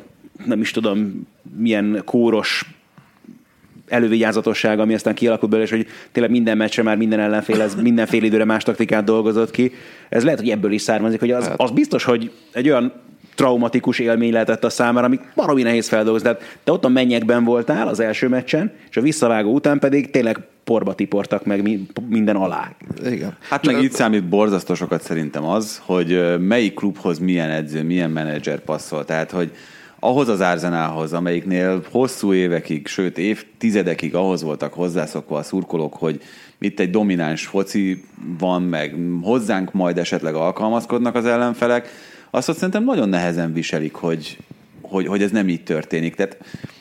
nem is tudom, milyen kóros elővigyázatosság, ami aztán kialakult belőle, és hogy tényleg minden meccsre már minden ellenfél, ez minden fél időre más taktikát dolgozott ki. Ez lehet, hogy ebből is származik, hogy az, az biztos, hogy egy olyan traumatikus élmény lehetett a számára, ami baromi nehéz feldolgozni. Te ott a mennyekben voltál az első meccsen, és a visszavágó után pedig tényleg porba tiportak meg minden alá. Igen. Hát meg itt számít borzasztó sokat szerintem az, hogy melyik klubhoz milyen edző, milyen menedzser passzol. Tehát, hogy ahhoz az Arsenalhoz, amelyiknél hosszú évekig, sőt évtizedekig ahhoz voltak hozzászokva a szurkolók, hogy itt egy domináns foci van, meg hozzánk majd esetleg alkalmazkodnak az ellenfelek, azt ott szerintem nagyon nehezen viselik, hogy, hogy, hogy ez nem így történik. Tehát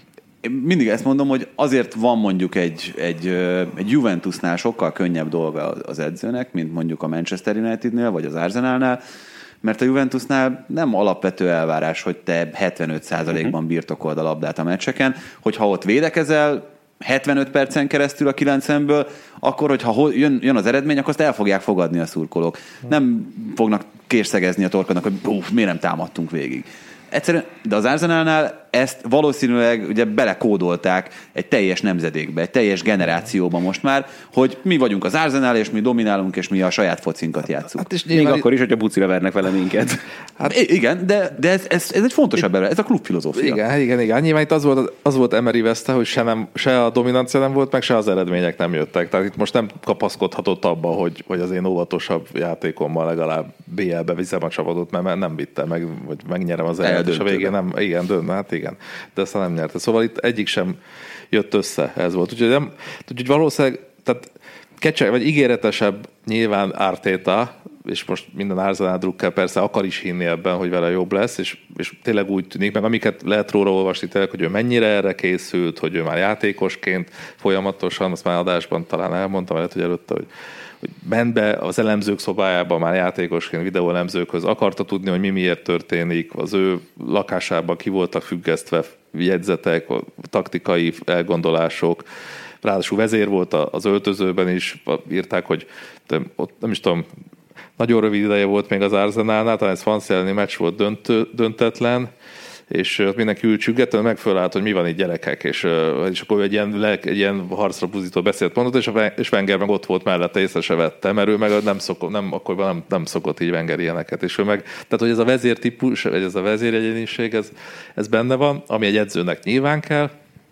én mindig ezt mondom, hogy azért van mondjuk egy, egy, egy Juventusnál sokkal könnyebb dolga az edzőnek, mint mondjuk a Manchester Unitednél, vagy az Arsenalnál, mert a Juventusnál nem alapvető elvárás, hogy te hetvenöt százalékban birtokold a labdát a meccseken, hogyha ott védekezel hetvenöt percen keresztül a kilencvenből, akkor, hogyha jön, jön az eredmény, akkor azt el fogják fogadni a szurkolók. Nem fognak kérszegezni a torkodnak, hogy uff, miért nem támadtunk végig. Egyszerűen, de az Arsenalnál ezt valószínűleg ugye belekódolták egy teljes nemzedékbe, egy teljes generációba most már, hogy mi vagyunk az Arsenal, és mi dominálunk, és mi a saját focinkat játszunk. Hát és még akkor is, hogyha bucira vernek vele minket. Hát igen, de, de ez, ez, ez egy fontosabb ebben, ez a klubfilozófia. Igen, igen, igen. Nyilván itt az volt, az volt Emery veszte, hogy se, nem, se a dominancia nem volt, meg se az eredmények nem jöttek. Tehát itt most nem kapaszkodhatott abba, hogy, hogy az én óvatosabb játékommal legalább bé el-be viszem a csapatot, mert nem vitte, meg, vagy megnyerem az eredményt, és a végén nem, igen, dönt, hát igen. De aztán nem nyerte. Szóval itt egyik sem jött össze, ez volt. Úgyhogy, nem, úgyhogy valószínűleg, tehát kecse, vagy ígéretesebb nyilván Arteta, és most minden Arsenal drukkel persze akar is hinni ebben, hogy vele jobb lesz, és, és tényleg úgy tűnik, meg amiket lehet róla olvasni tényleg, hogy ő mennyire erre készült, hogy ő már játékosként folyamatosan, azt már adásban talán elmondtam, lehet, hogy előtte, hogy hogy ment be az elemzők szobájába már játékosként, videóelemzőkhöz, akarta tudni, hogy mi miért történik, az ő lakásában ki voltak függesztve jegyzetek, taktikai elgondolások, ráadásul vezér volt az öltözőben is, írták, hogy ott nem is tudom, nagyon rövid ideje volt még az Arsenalnál, talán ez Swansea elleni meccs volt döntő, döntetlen, és ott mindenki ült csüggetlenül, meg fölállt, hogy mi van itt gyerekek, és, és akkor egy ilyen, egy ilyen harcra buzító beszélt mondott, és, a, és Wenger meg ott volt mellette, észre se vette, mert ő meg nem szokott, nem, akkor nem, nem szokott így Wenger ilyeneket, és ő meg, tehát hogy ez a vezértípus, vagy ez a vezéregyéniség, ez, ez benne van, ami egy edzőnek nyilván kell,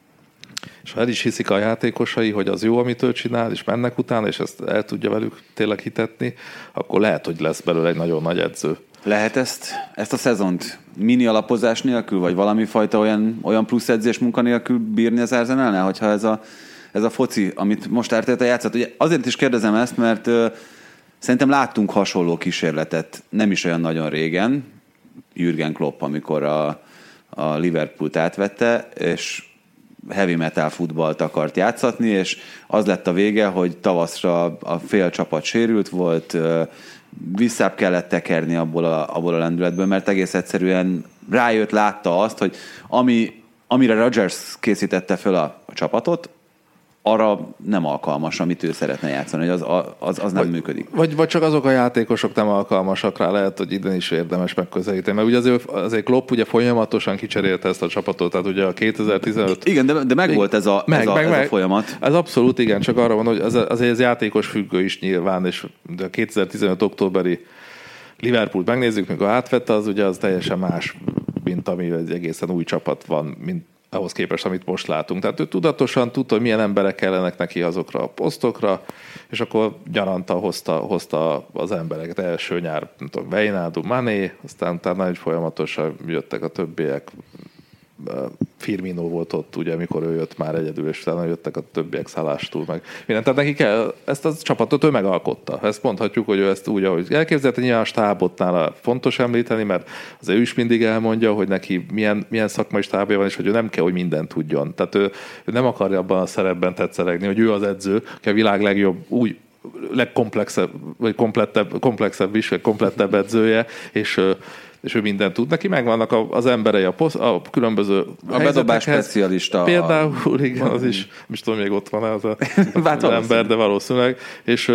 és ha el is hiszik a játékosai, hogy az jó, amit ő csinál, és mennek utána, és ezt el tudja velük tényleg hitetni, akkor lehet, hogy lesz belőle egy nagyon nagy edző. Lehet ezt, ezt a szezont mini alapozás nélkül, vagy valami fajta olyan, olyan plusz edzés munka nélkül bírni az Arsenalnál, hogyha ez a ez a foci, amit most Arteta játszott. Ugye azért is kérdezem ezt, mert uh, szerintem láttunk hasonló kísérletet nem is olyan nagyon régen, Jürgen Klopp, amikor a, a Liverpoolt átvette, és heavy metal futballt akart játszatni, és az lett a vége, hogy tavaszra a fél csapat sérült volt, visszább kellett tekerni abból a, abból a lendületből, mert egész egyszerűen rájött, látta azt, hogy ami, amire Rodgers készítette föl a, a csapatot, arra nem alkalmas, amit ő szeretne játszani, hogy az, az, az nem vagy, működik. Vagy, vagy csak azok a játékosok nem alkalmasak rá, lehet, hogy idén is érdemes megközelíteni. Mert ugye azért, azért Klopp ugye folyamatosan kicserélte ezt a csapatot, tehát ugye a kétezer-tizenöt... Igen, de, de meg volt ez a, meg, ez, a, meg, ez meg, a folyamat. Ez abszolút igen, csak arra van, hogy az, azért ez játékos függő is nyilván, és a kétezer-tizenöt októberi Liverpoolt megnézzük, mikor átvette, az ugye az teljesen más, mint ami egy egészen új csapat van, mint ahhoz képest, amit most látunk. Tehát ő tudatosan tudta, hogy milyen emberek kellenek neki azokra a posztokra, és akkor gyaranta hozta, hozta az embereket. Első nyár, nem tudom, Wijnaldum, Mané, aztán utána egy folyamatosan jöttek a többiek. Firmino volt ott, ugye, amikor ő jött már egyedül, és utána jöttek a többiek Salástól, meg minden. Tehát neki kell, ezt a csapatot ő megalkotta. Ezt mondhatjuk, hogy ő ezt úgy, ahogy elképzelte, nyilván a stábot nála fontos említeni, mert az ő is mindig elmondja, hogy neki milyen, milyen szakmai stábja van, és hogy ő nem kell, hogy mindent tudjon. Tehát ő, ő nem akarja abban a szerepben tetszelegni, hogy ő az edző, aki a világ legjobb, úgy legkomplexebb, vagy komplettebb, komplexebb is, vagy komplettebb edzője, és és ő mindent tud. Neki megvannak az emberei a, posz, a különböző a bedobás specialista. Például, igen, az is, most tudom, még ott van az, a, az ember, de valószínűleg. És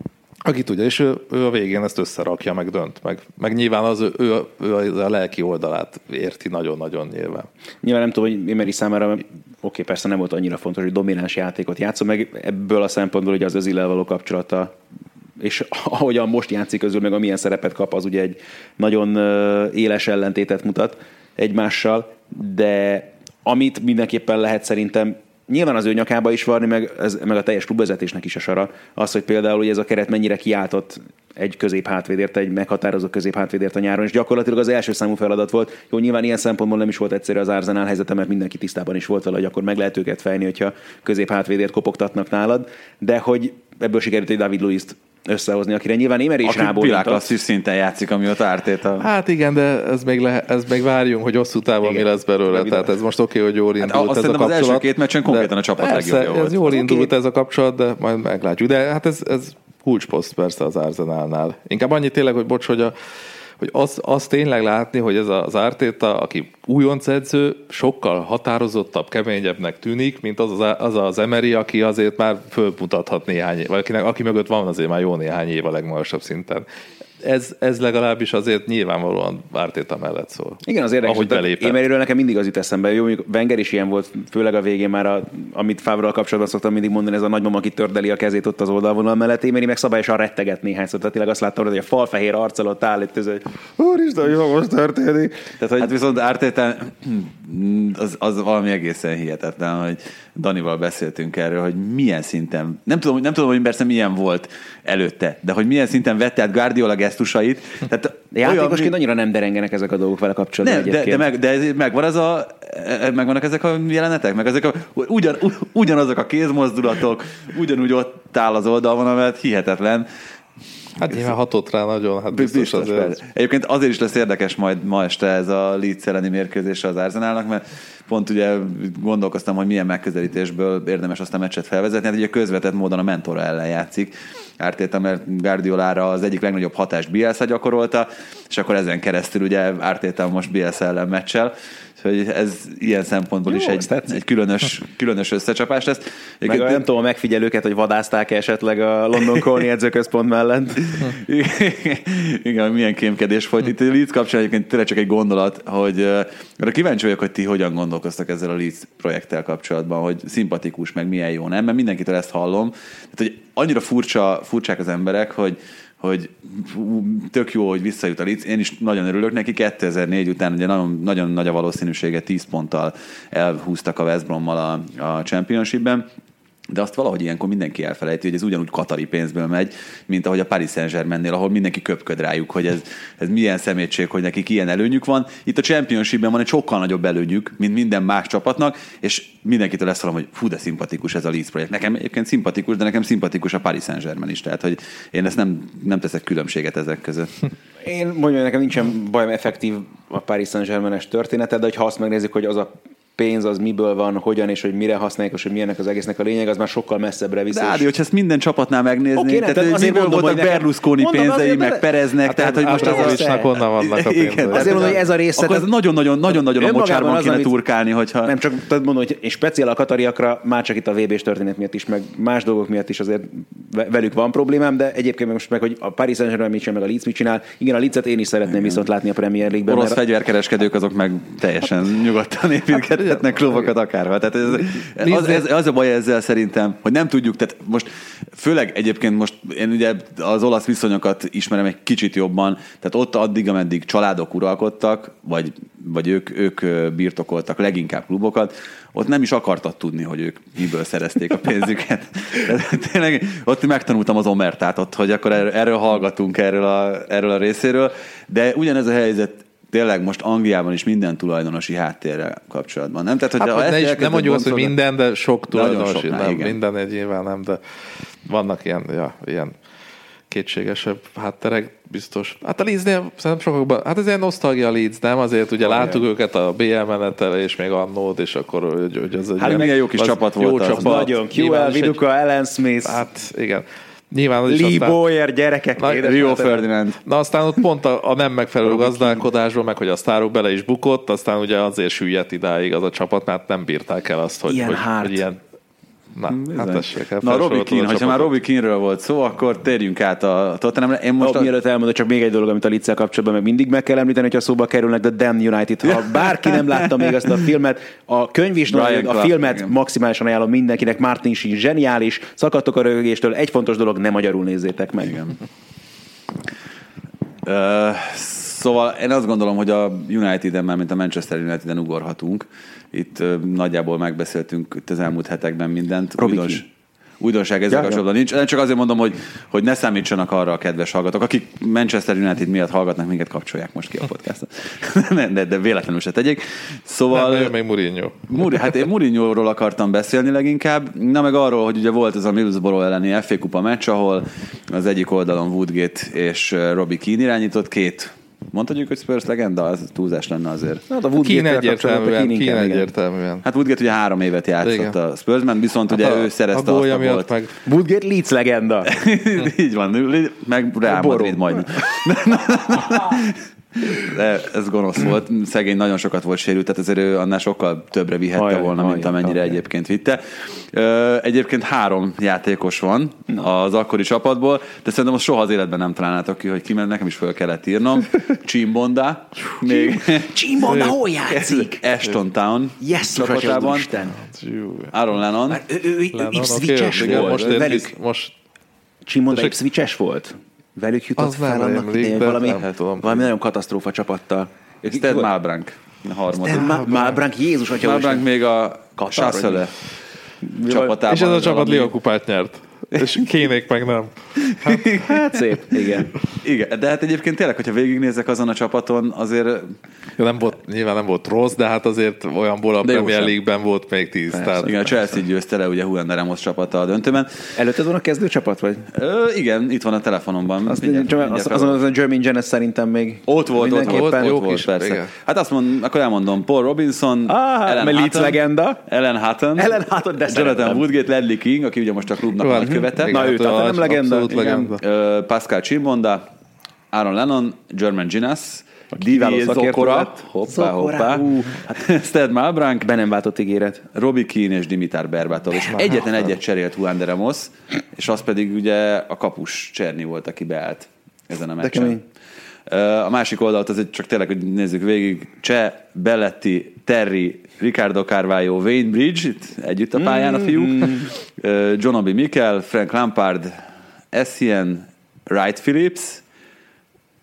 aki tudja, és ő, ő a végén ezt összerakja, meg dönt. Meg, meg nyilván az ő, ő, ő a lelki oldalát érti nagyon-nagyon nyilván. Nyilván nem tudom, hogy Emery számára oké, persze nem volt annyira fontos, hogy domináns játékot játszom, meg ebből a szempontból, hogy az Özillel való kapcsolata és ahogyan most játszik közül, meg amilyen szerepet kap, az ugye egy nagyon éles ellentétet mutat egymással, de amit mindenképpen lehet szerintem nyilván az ő nyakába is varni, meg, ez, meg a teljes klubvezetésnek is a sara, az, hogy például hogy ez a keret mennyire kiáltott egy középhátvédért, egy meghatározó középhátvédért a nyáron, és gyakorlatilag az első számú feladat volt. Jó, nyilván ilyen szempontból nem is volt egyszerű az Arsenal helyzete, mert mindenki tisztában is volt vele, hogy akkor meg lehet őket fejni, hogyha középhátvédért kopogtatnak nálad, de hogy ebből sikerült egy David Luizt összehozni, akire nyilván Emery is rábólintott. Aki világklasszis szinten játszik, amióta Arteta. Hát igen, de ez még, le, ez még várjunk, hogy hosszú távon igen, mi lesz belőle. Röviden. Tehát ez most oké, okay, hogy jól indult hát, ez a kapcsolat. Az első két meccsen konkrétan a csapat persze, legjobbja volt. Ez jól indult okay. Ez a kapcsolat, de majd meglátjuk. De hát ez, ez kulcsposzt persze az Arsenalnál. Inkább annyi tényleg, hogy bocs, hogy a hogy azt az tényleg látni, hogy ez az Arteta, aki újonc edző, sokkal határozottabb, keményebbnek tűnik, mint az az, az, az Emery, aki azért már fölmutathat néhány év, vagy akinek, aki mögött van azért már jó néhány év a legmagasabb szinten. Ez, ez legalábbis azért nyilvánvalóan Arteta mellett szól. Igen, az érdekes. Emeryről nekem mindig az jut eszembe. Jó, mondjuk Wenger is ilyen volt, főleg a végén már, a, amit Favre-ral kapcsolatban szoktam mindig mondani, ez a nagymama, aki tördeli a kezét ott az oldalvonal mellett. Emery meg szabályosan retteget néhányszor. Tehát tényleg azt láttam, hogy a falfehér arccal ott áll, itt ez egy úristen, jó, most történik. Tehát, hogy... Hát viszont Arteta az, az valami egészen hihetetlen, hogy Danival beszéltünk erről, hogy milyen szinten, nem tudom, nem tudom, hogy persze milyen volt előtte, de hogy milyen szinten vette át Guardiola gesztusait. Tehát játékosként olyan, annyira nem derengenek ezek a dolgok vele kapcsolatban. Nem, de, de, meg, de megvan az a, megvannak ezek a jelenetek, meg ezek a, ugyan, ugyanazok a kézmozdulatok, ugyanúgy ott áll az oldalon, mert hihetetlen. Hát nyilván hatott rá nagyon, hát biztos, biztos azért. Persze. Egyébként azért is lesz érdekes majd ma este ez a Leeds elleni mérkőzésre az Arsenalnak, mert pont ugye gondolkoztam, hogy milyen megközelítésből érdemes azt a meccset felvezetni, hát ugye közvetett módon a mentora ellen játszik Arteta, mert Guardiolára az egyik legnagyobb hatást Bielsa gyakorolta, és akkor ezen keresztül ugye Arteta most Bielsa ellen meccsel, hogy ez ilyen szempontból jó, is egy, egy különös, különös összecsapás lesz. Meg nem tudom a megfigyelőket, hogy vadázták esetleg a London Colney edzőközpont mellett. Igen, milyen kémkedés folyt. Itt a Leeds kapcsán egyébként tényleg csak egy gondolat, hogy arra kíváncsi vagyok, hogy ti hogyan gondolkoztak ezzel a Leeds projekttel kapcsolatban, hogy szimpatikus, meg milyen jó, nem? Mert mindenkitől ezt hallom. Tehát, hogy annyira furcsa, furcsák az emberek, hogy hogy tök jó, hogy visszajut a Leeds. Én is nagyon örülök neki. kétezer-négy után ugye nagyon, nagyon nagy a valószínűsége, tíz ponttal elhúztak a West Brommal a, a Championshipben. de azt valahogy ilyenkor mindenki elfelejti, hogy ez ugyanúgy katari pénzből megy, mint ahogy a Paris Saint-Germainnél, ahol mindenki köpköd rájuk, hogy ez, ez milyen szemétség, hogy nekik ilyen előnyük van. Itt a Championshipben van egy sokkal nagyobb előnyük, mint minden más csapatnak, és mindenkitől ezt hallom, hogy fú, de szimpatikus ez a Leeds projekt. Nekem egyébként szimpatikus, de nekem szimpatikus a Paris Saint-Germain is, tehát hogy én ezt nem, nem teszek különbséget ezek között. Én mondjam, nekem nincsen bajom effektív a Paris Saint-Germain-es története, de ha azt megnézzük, hogy az a pénz az miből van, hogyan és hogy mire használják, és hogy milyennek az egésznek a lényeg, az már sokkal messzebbre visz. De Ádi, hogyha ezt minden csapatnál megnézni, okay, tehát, tehát azért mondom, voltak Berlusconi mondom, pénzei, meg Pereznek, hát tehát hogy most az a... honnan vannak a pénzei. Igen, azért mondom, hogy ez a része... Akkor ez nagyon-nagyon, nagyon-nagyon a mocsárban kéne amit, turkálni, hogyha... Nem csak mondom, hogy és speciál a katariakra, már csak itt a vé bés történet miatt is, meg más dolgok miatt is azért velük van problémám, de egyébként meg most meg, hogy a Paris Saint-Germain mit csinál, meg a Leeds mit csinál. Igen, a Leedset én is szeretném viszont látni a Premier League-ben. Orosz fegyverkereskedők azok meg teljesen nyugodtan építgethetnek klubokat akárhol. Tehát ez, az, ez, az a baj ezzel szerintem, hogy nem tudjuk, tehát most főleg egyébként most én ugye az olasz viszonyokat ismerem egy kicsit jobban, tehát ott addig, ameddig családok uralkodtak, vagy, vagy ők, ők birtokoltak leginkább klubokat, ott nem is akartad tudni, hogy ők miből szerezték a pénzüket. Tényleg ott megtanultam az omertát ott, hogy akkor erről, erről hallgatunk, erről a, erről a részéről, de ugyanez a helyzet tényleg most Angliában is minden tulajdonosi háttérrel kapcsolatban, nem? Tehát, hogy hát, ne is, nem mondjuk azt, hogy minden, de sok tulajdonosi, soknál, nem, igen. minden egy nyilván nem, de vannak ilyen, ja, ilyen kétségesebb hátterek, biztos. Hát a Leedsnél szerintem sokakban, hát ez ilyen nosztalgia Leeds, nem? Azért ugye láttuk őket a bé el menetelés, még annót, és akkor, hogy, hogy az egy hát milyen jó kis csapat volt. Jó az. Csapat. Nagyon. kú el, Viduka, Alan Smith. Hát igen. Nyilván az Lee is aztán... Boyer, gyerekek. Na, Rio Ferdinand. Na aztán ott pont a, a nem megfelelő gazdálkodásban, meg hogy a sztárok bele is bukott, aztán ugye azért süllyedt idáig az a csapat, mert nem bírták el azt, hogy ilyen hogy, hárt. Hogy ilyen Na, hát tessék el. Na, Robbie Keane, hogyha már Robbie Keane-ről volt szó, akkor térjünk át a Tottenhamre. Én most oh, a... Mielőtt elmondom, csak még egy dolog, amit a Leeds-szel kapcsolatban meg mindig meg kell említeni, hogyha szóba kerülnek, de Damn United. Ha bárki nem látta még ezt a filmet, a könyv is nagy, a filmet igen. Maximálisan ajánlom mindenkinek. Martin Sheen zseniális, szakadtok a röhögéstől. Egy fontos dolog, nem magyarul nézzétek meg. Igen. uh, szóval én azt gondolom, hogy a United-en már, mint a Manchester United-en ugorhatunk. Itt uh, nagyjából megbeszéltünk itt az elmúlt hetekben mindent. Újdons, újdonság ezzel ja, kapcsolatban ja. nincs. Én csak azért mondom, hogy, hogy ne számítsanak arra a kedves hallgatók, akik Manchester United miatt hallgatnak, minket kapcsolják most ki a podcastot. de, de véletlenül se tegyék. Szóval... Nem, még Mourinho. Muri, hát én Mourinho-ról akartam beszélni leginkább, na meg arról, hogy ugye volt ez a Middlesbrough elleni ef á kupa meccs, ahol az egyik oldalon Woodgate és Robbie Keane irányított, két mondhatjuk, hogy Spurs legenda, az túlzás lenne azért. Hát a Keane egyértelműen, Keane egyértelműen. Hát Woodgate ugye három évet játszott igen. a Spursben, viszont hát ugye a, ő szerezte a azt a gólt. Meg... Woodgate Leeds legenda. Így van, meg Real Madrid majd. De ez gonosz volt, szegény nagyon sokat volt sérült, tehát ezért ő annál sokkal többre vihette hajaj, volna, hajaj, mint amennyire hajaj. egyébként vitte. Egyébként három játékos van no. az akkori csapatból, de szerintem azt soha az életben nem találnátok ki, hogy ki, mert nekem is föl kellett írnom. Chimbonda. Még... Chimbonda hol játszik? Ashton Town yes, csapatában. Aaron Lennon. Ő, ő, ő Ipswich-es volt. Most, velük... most... Chimbonda Ipswich-es volt? Velük jutott az fel annak idején valami, valami nagyon katasztrófa csapattal. Stead Malbranc. Malbranc, Jézus atya. Malbranc még a Chassele csapatában. És ez a csapat Liga kupát nyert. És Kénék meg nem. Hát, hát szép, igen. Igen, de hát egyébként tényleg, hogyha végignézek azon a csapaton, azért... Ja, nem volt, nyilván nem volt rossz, de hát azért olyanból a Premier League-ben volt még tíz. Tehát... Igen, a Chelsea győzte le ugye Juan de Ramos csapata a döntőben. Előtted van a kezdő csapat, vagy? Ö, igen, itt van a telefonomban. Azt mindjárt, mindjárt az, azon az a Jermaine Jenas szerintem még... Ott volt, ott volt, ott volt, is, persze. Igen. Hát azt mond, akkor elmondom, Paul Robinson, ah, Ellen Hutton, legenda. Ellen Hutton, Ellen Hutton, de Jonathan Woodgate, Ledley King, aki ugye most a klubnak a nagykövete. Na, ő nem legenda. Uh, Pascal Chimbonda, Aaron Lennon, Jermaine Jenas, Didier Zokora, hoppá, hoppá, uh, Stead Malbranc, be nem váltott ígéret, Robbie Keane és Dimitar Berbatov, és egyetlen egyet cserélt Juan de Ramos, és az pedig ugye a kapus Cserny volt, aki beállt ezen a meccsen. Uh, a másik oldalt azért csak tényleg, hogy nézzük végig, Cseh, Belletti, Terry, Ricardo Carvalho, Wayne Bridge, itt együtt a pályán a fiúk, mm. uh, John Obi Mikel, Frank Lampard, Essien, Wright Phillips,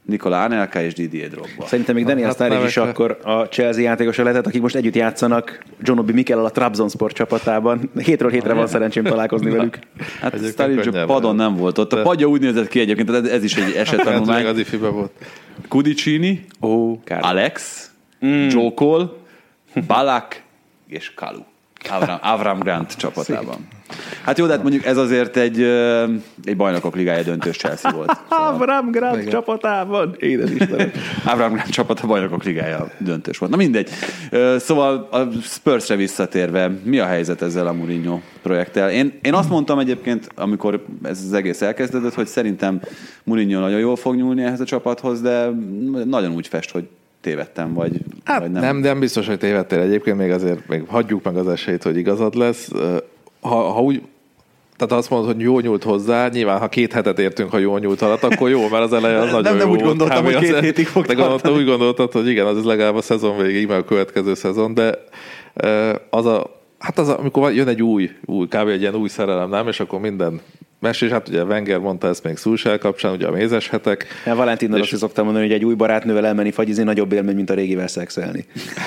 Nikola Anelka és Didier Drogba. Szerintem még Daniel Hát Sturridge is nevekre. akkor a Chelsea játékosa lehetett, akik most együtt játszanak John Mikel a Trabzonspor csapatában. Hétről hétre van szerencsém találkozni velük. Hát Egyébként Sturridge könnyebb. padon nem volt ott. A De- padja úgy nézett ki egyébként, tehát ez is egy Ez esettanulmány. az ifibe volt. Kudicini, Ó, kár. Alex, mm. Joe Cole, Balak és Kalu. Avram, Avram Grant csapatában. Hát jó, de hát mondjuk ez azért egy, ö, egy bajnokok ligája döntős Chelsea volt. Avram Grant csapatában. Édes Istenem. Avram Grant csapat a bajnokok ligája döntős volt. Na mindegy. Ö, Szóval a Spursre visszatérve, mi a helyzet ezzel a Mourinho projekttel? Én, én azt mondtam egyébként, amikor ez az egész elkezdődött, hogy szerintem Mourinho nagyon jól fog nyúlni ehhez a csapathoz, de nagyon úgy fest, hogy tévedtem, vagy, Hát vagy nem. nem. nem, nem biztos, hogy tévedtél egyébként, még azért még hagyjuk meg az esélyt, hogy igazad lesz. Ha, ha úgy, tehát azt mondod, hogy jól nyúlt hozzá, nyilván ha két hetet értünk, ha jól nyúlt alatt, akkor jó, mert az eleje az nagyon nem, nem jó úgy volt. gondoltam, Kb. hogy két az- hétig fog de gondoltam, tartani. úgy gondoltad, hogy igen, az legalább a szezon végig, meg a következő szezon, de az a, hát az a, amikor jön egy új, új, kb. Egy ilyen új szerelem, nem? És akkor minden mesés, hát ugye Wenger mondta ezt még Solskjaer kapcsán, ugye a mézes hetek. Ja, Valentinnal azt is szoktam mondani, hogy egy új barátnővel elmenni fagyizni nagyobb élmény, mint a régivel szexelni.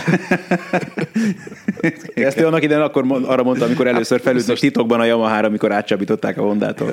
Ezt ő annak idején akkor mond, arra mondta, amikor először felültnek titokban a Yamahára, amikor átcsábították a Hondától.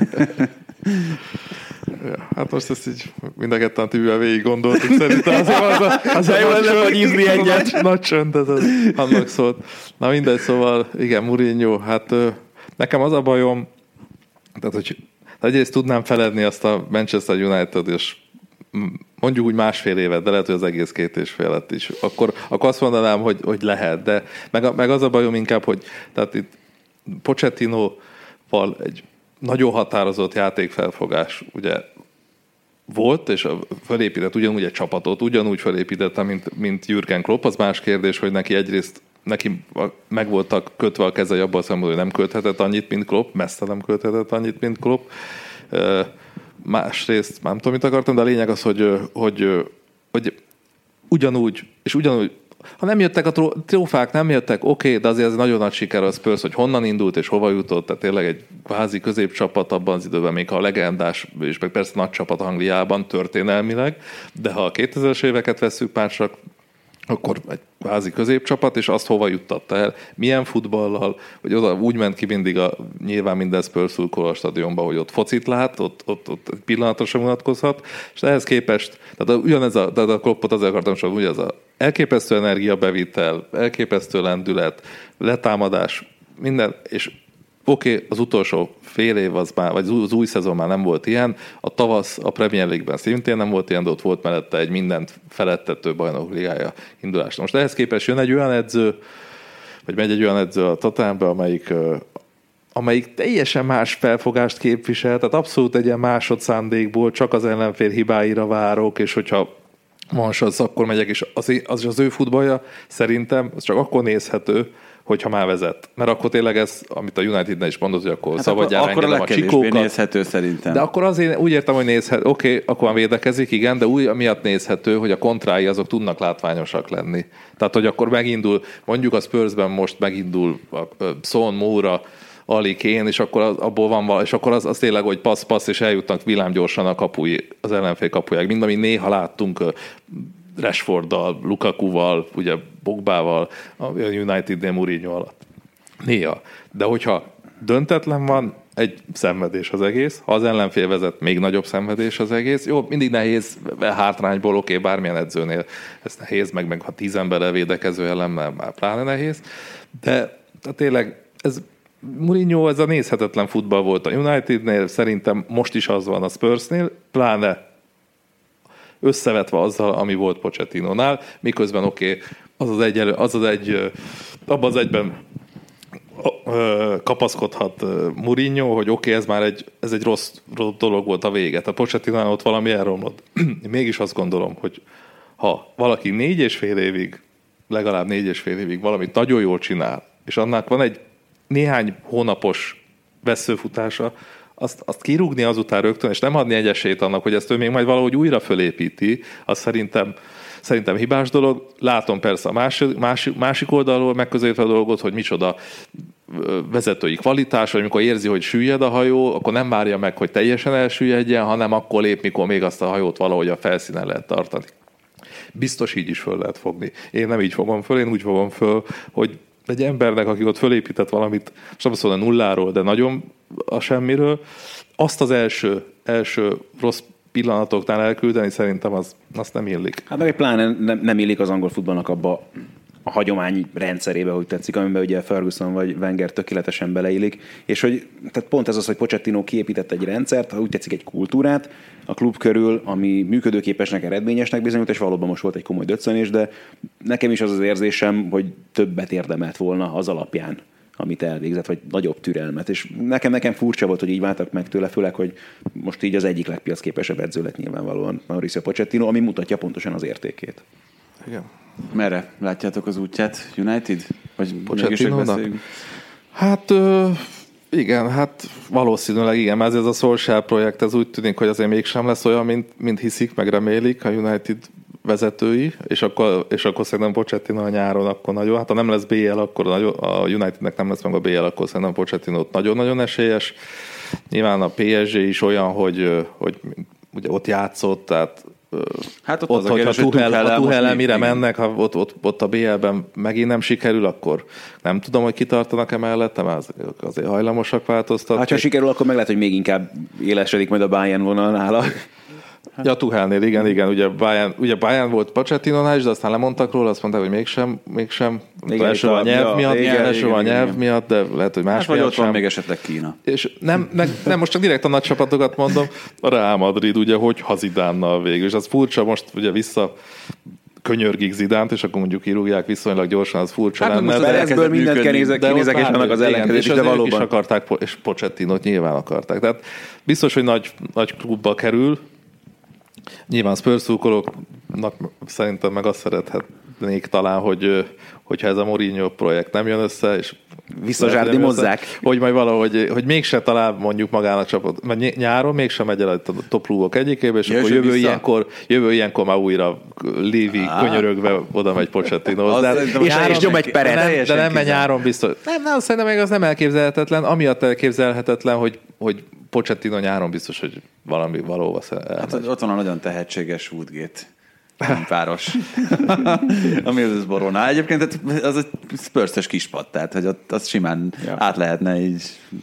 Ja, hát most ezt így mind a ketten tűvel végig gondoltuk, szerintem az, az, az, az De jó lenne fagyizni egyet. Nagy, nagy csönd, ez az, annak szólt. Na mindegy, szóval igen, Mourinho, hát ö, nekem az a bajom, tehát hogy egyrészt tudnám feledni azt a Manchester United, és mondjuk úgy másfél évet, de lehet, hogy az egész két és fél lett is. Akkor, akkor azt mondanám, hogy, hogy lehet, de meg, meg az a bajom inkább, hogy tehát itt Pochettinoval egy nagyon határozott játékfelfogás ugye volt, és felépített ugyanúgy egy csapatot, ugyanúgy felépítette, mint, mint Jürgen Klopp. Az más kérdés, hogy neki egyrészt neki meg voltak kötve a kezei abban a szemben, hogy nem költhetett annyit, mint Klopp, messze nem költhetett annyit, mint Klopp. Másrészt, nem tudom, mit akartam, de a lényeg az, hogy, hogy, hogy ugyanúgy, és ugyanúgy, ha nem jöttek a trófák, nem jöttek, oké, okay, de azért ez nagyon nagy siker a Spurs, hogy honnan indult és hova jutott, tehát tényleg egy kvázi középcsapat abban az időben, még ha a legendás, és meg persze nagy csapat Angliában történelmileg, de ha a kétezres éveket vesszük már csak, akkor egy kvázi középcsapat, és azt hova juttatta el, milyen futballal, hogy oda úgy ment ki mindig a, nyilván minden Spurs szurkoló a stadionba, hogy ott focit lát, ott, ott, ott egy pillanatra sem unatkozhat, és ehhez képest, tehát ugyanez a, tehát a Kloppot azért akartam sorolni, ugye az a elképesztő energiabevitel, elképesztő lendület, letámadás, minden, és oké, okay, az utolsó fél év az már, vagy az új szezon már nem volt ilyen, a tavasz a Premier League-ben szintén nem volt ilyen, de ott volt mellette egy mindent felettető bajnok ligája indulás. Most ehhez képest jön egy olyan edző, vagy megy egy olyan edző a Tottenhambe, amelyik, amelyik teljesen más felfogást képvisel, tehát abszolút egy ilyen másodszándékból csak az ellenfél hibáira várok, és hogyha van az, akkor megyek, és az, az, az ő futballja szerintem az csak akkor nézhető, hogyha már vezet. Mert akkor tényleg ez, amit a Unitednél is mondott, hogy akkor hát szabadjára akkor, engedem akkor a, a csikókat. nézhető szerintem. De akkor azért úgy értem, hogy nézhető, oké, okay, akkor már védekezik, igen, de úgy miatt nézhető, hogy a kontrái azok tudnak látványosak lenni. Tehát, hogy akkor megindul, mondjuk a Spursben most megindul a Son, Moura, Ali, Kane, és akkor az, abból van valami, és akkor az, az tényleg, hogy passz-passz, és eljutnak villámgyorsan a kapui, az ellenfél kapujáig. Mind, amit néha láttunk Rashforddal, Lukakuval, ugye Pogbával, a Unitednél Mourinho alatt. Néha. De hogyha döntetlen van, egy szenvedés az egész. Ha az ellenfél vezet, még nagyobb szenvedés az egész. Jó, mindig nehéz hátrányból, oké, okay, bármilyen edzőnél ez nehéz, meg, meg ha tíz emberrel védekező ellennel már pláne nehéz. De, de tényleg ez Mourinho, ez a nézhetetlen futball volt a Unitednél, szerintem most is az van a Spursnél, pláne összevetve azzal, ami volt Pochettinónál, miközben oké, okay, az az egy, az az egy, abban az egyben kapaszkodhat Mourinho, hogy oké, okay, ez már egy, ez egy rossz, rossz dolog volt a vége. A Pochettinónál ott valami elromlott. Mégis azt gondolom, hogy ha valaki négy és fél évig, legalább négy és fél évig valamit nagyon jól csinál, és annak van egy néhány hónapos vesszőfutása, azt, azt kirúgni azután rögtön, és nem adni egy esélyt annak, hogy ezt ő még majd valahogy újra fölépíti, az szerintem, szerintem hibás dolog. Látom persze a másik, másik, másik oldalról megközelítve a dolgot, hogy micsoda vezetői kvalitás, vagy amikor érzi, hogy süllyed a hajó, akkor nem várja meg, hogy teljesen elsüllyedjen, hanem akkor lép, mikor még azt a hajót valahogy a felszínen lehet tartani. Biztos így is föl lehet fogni. Én nem így fogom föl, én úgy fogom föl, hogy egy embernek, aki ott fölépített valamit, most nem azt mondom nulláról, de nagyon a semmiről, azt az első, első rossz pillanatoknál elküldeni, szerintem az, azt nem illik. Hát meg egy pláne nem, nem illik az angol futballnak abba a hagyomány rendszerébe, hogy tetszik, amiben ugye Ferguson vagy Wenger tökéletesen beleillik, és hogy tehát pont ez az, hogy Pochettino kiépített egy rendszert, ha úgy tetszik egy kultúrát a klub körül, ami működőképesnek, eredményesnek bizonyult, és valóban most volt egy komoly döccenés, de nekem is az az érzésem, hogy többet érdemelt volna az alapján, amit elvégzett, vagy nagyobb türelmet. És nekem, nekem furcsa volt, hogy így váltak meg tőle, főleg, hogy most így az egyik legpiacképesebb edző lett nyilvánvalóan Mauricio Pochettino, ami mutatja pontosan az értékét. Igen. Merre látjátok az útját? United? Vagy Pochettinónak? Hát igen, hát valószínűleg igen, mert ez a Solskjaer projekt, ez úgy tűnik, hogy azért mégsem lesz olyan, mint, mint hiszik, meg remélik a United vezetői, és akkor, és akkor szerintem Pochettino a nyáron akkor nagyon, hát ha nem lesz bé el, akkor a Unitednek nem lesz meg a bé el, akkor szerintem Pochettino nagyon-nagyon esélyes. Nyilván a pé es gé is olyan, hogy, hogy ugye ott játszott, tehát hát ott, ott az a hogyha kérdés, Tuchel, Tuchel, a Tuchel mire még, mennek, ha ott, ott, ott a bé el-ben megint nem sikerül, akkor nem tudom, hogy kitartanak-e mellette, mert az, azért hajlamosak változtatni. Hát ha sikerül, akkor meg lehet, hogy még inkább élesedik majd a Bayern vonal nála. Ja, Tuchelnél, igen, igen. Ugye Bayern, ugye Bayern volt Pochettinónál is, de aztán lemondtak róla, azt mondták, hogy mégsem, mégsem. Első van nyelv miatt, igen, első van nyelv miatt, de lehet, hogy más hát, miatt vagy ott sem. van még esetleg Kína. És nem, nem, nem, most csak direkt a nagy csapatokat mondom, a Real Madrid ugye, hogy Zidánnal végül, és az furcsa, most ugye vissza könyörgik Zidánt, és akkor mondjuk kirúgják viszonylag gyorsan, az furcsa hát lenne. Hát de ezből mindent kinézek, kinézek és annak az ellenkezés, de valóban. ők is akarták, és Pochettinót nyilván akarták. Tehát biztos, hogy nagy, nagy klubba kerül. Nyilván Spurs szurkolóknak szerintem meg azt szerethetnék talán, hogy hogyha ez a Mourinho projekt nem jön össze, és visszazsárdimozzák, hogy majd valahogy, hogy mégse talál mondjuk magának csapat, mert nyáron mégsem megy el a top klubok egyikébe, és ja, akkor jövő ilyenkor, jövő ilyenkor már újra Lévi ah. könyörögve oda megy Pochettino. És, és nyom egy peret. De nem, de nem megy nyáron biztos. Nem, nem, szerintem még az nem elképzelhetetlen. Amiatt elképzelhetetlen, hogy, hogy Pochettino nyáron biztos, hogy valami valóban hát ott van a nagyon tehetséges Woodgate páros, ami az Borona. Egyébként az egy Spurs-es kispad, tehát hogy ott azt simán ja. át lehetne így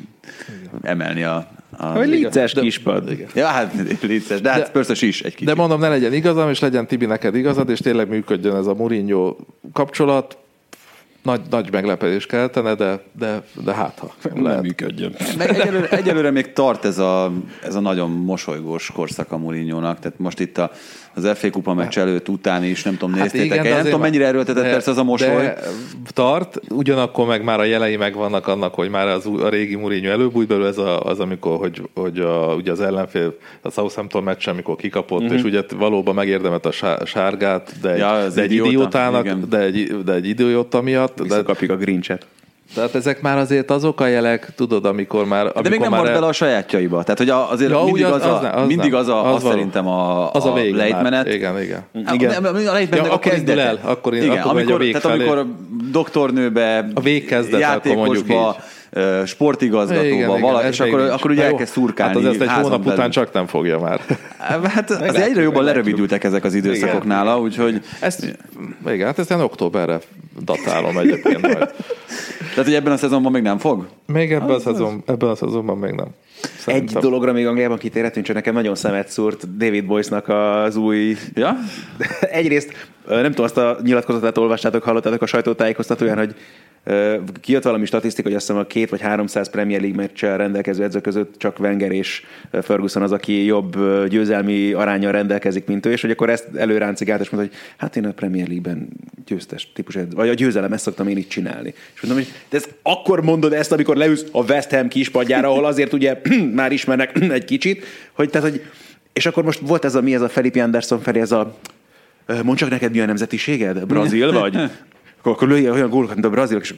emelni a... a Vagy Leeds-es kispad. Igen. Ja, hát Leeds-es, de hát Spurs-es is egy kicsit. De mondom, ne legyen igazam, és legyen Tibi neked igazad, és tényleg működjön ez a Mourinho kapcsolat. Nagy, nagy meglepetést keltene, de, de, de hát ha nem működjön. Meg egyelőre, egyelőre még tart ez a, ez a nagyon mosolygós korszak a Mourinho-nak, tehát most itt a, az ef á kupa meccs előtt, után is, nem tudom, néztétek hát igen, nem tudom, mennyire erőltetett persze az a mosoly. Tart, ugyanakkor meg már a jelei megvannak annak, hogy már az, a régi Mourinho előbújt belőle, ez a, az, amikor, hogy, hogy a, ugye az ellenfél, a Southampton meccs, amikor kikapott, mm-hmm. és ugye valóban megérdemelt a sárgát, de, ja, de egy idiótának, de egy, de egy idióta miatt. Visszakapjuk a Grincset. Tehát ezek már azért azok a jelek, tudod, amikor már... Amikor de még nem már maradt el... bele a sajátjaiba. Tehát, hogy mindig ja, az, az, a, az, az mindig az, a, az, az szerintem a, az a, a lejtmenet. Igen, igen. igen. A, a lejtmenetnek ja, a akkor indul el, akkor, igen, akkor amikor, megy a vég tehát felé. amikor doktornőbe, a végkezdet, játékosba, sportigazgatóba, vala, és akkor, akkor ugye elkezd szurkálni. Hát az ezt egy hónap után csak nem fogja már. Hát az egyre jobban lerövidültek ezek az időszakok nála, úgyhogy... Ezt, igen, hát ezt én októberre datálom egyébként majd. Tehát, hogy ebben a szezonban még nem fog? Még ebben, a, szezon, ebben a szezonban még nem. Szerintem. Egy dologra még Angliában kitérhetünk, csak nekem nagyon szemet szúrt David Boyce-nak az új... Ja? Egyrészt, nem tudom, azt a nyilatkozatát olvastátok, hallottátok a sajtótájékoztatóján, hogy kijött valami statisztika, hogy azt hiszem a két vagy háromszáz Premier League meccsel rendelkező edző között csak Wenger és Ferguson az, aki jobb győzelmi aránnyal rendelkezik, mint ő, és hogy akkor ezt előráncigált, és mondta, hogy hát én a Premier League-ben győztes típus edző, vagy a győzelem, ezt szoktam én itt csinálni. És mondom, hogy de ezt akkor mondod ezt, amikor leülsz a West Ham kispadjára, ahol azért ugye már ismernek egy kicsit, hogy tehát, hogy és akkor most volt ez a mi, ez a Felipe Anderson felé, ez a mondd csak neked mi a nemzetiséged? Brazil vagy? Akkor lője olyan gólokat, mint a brazilok, és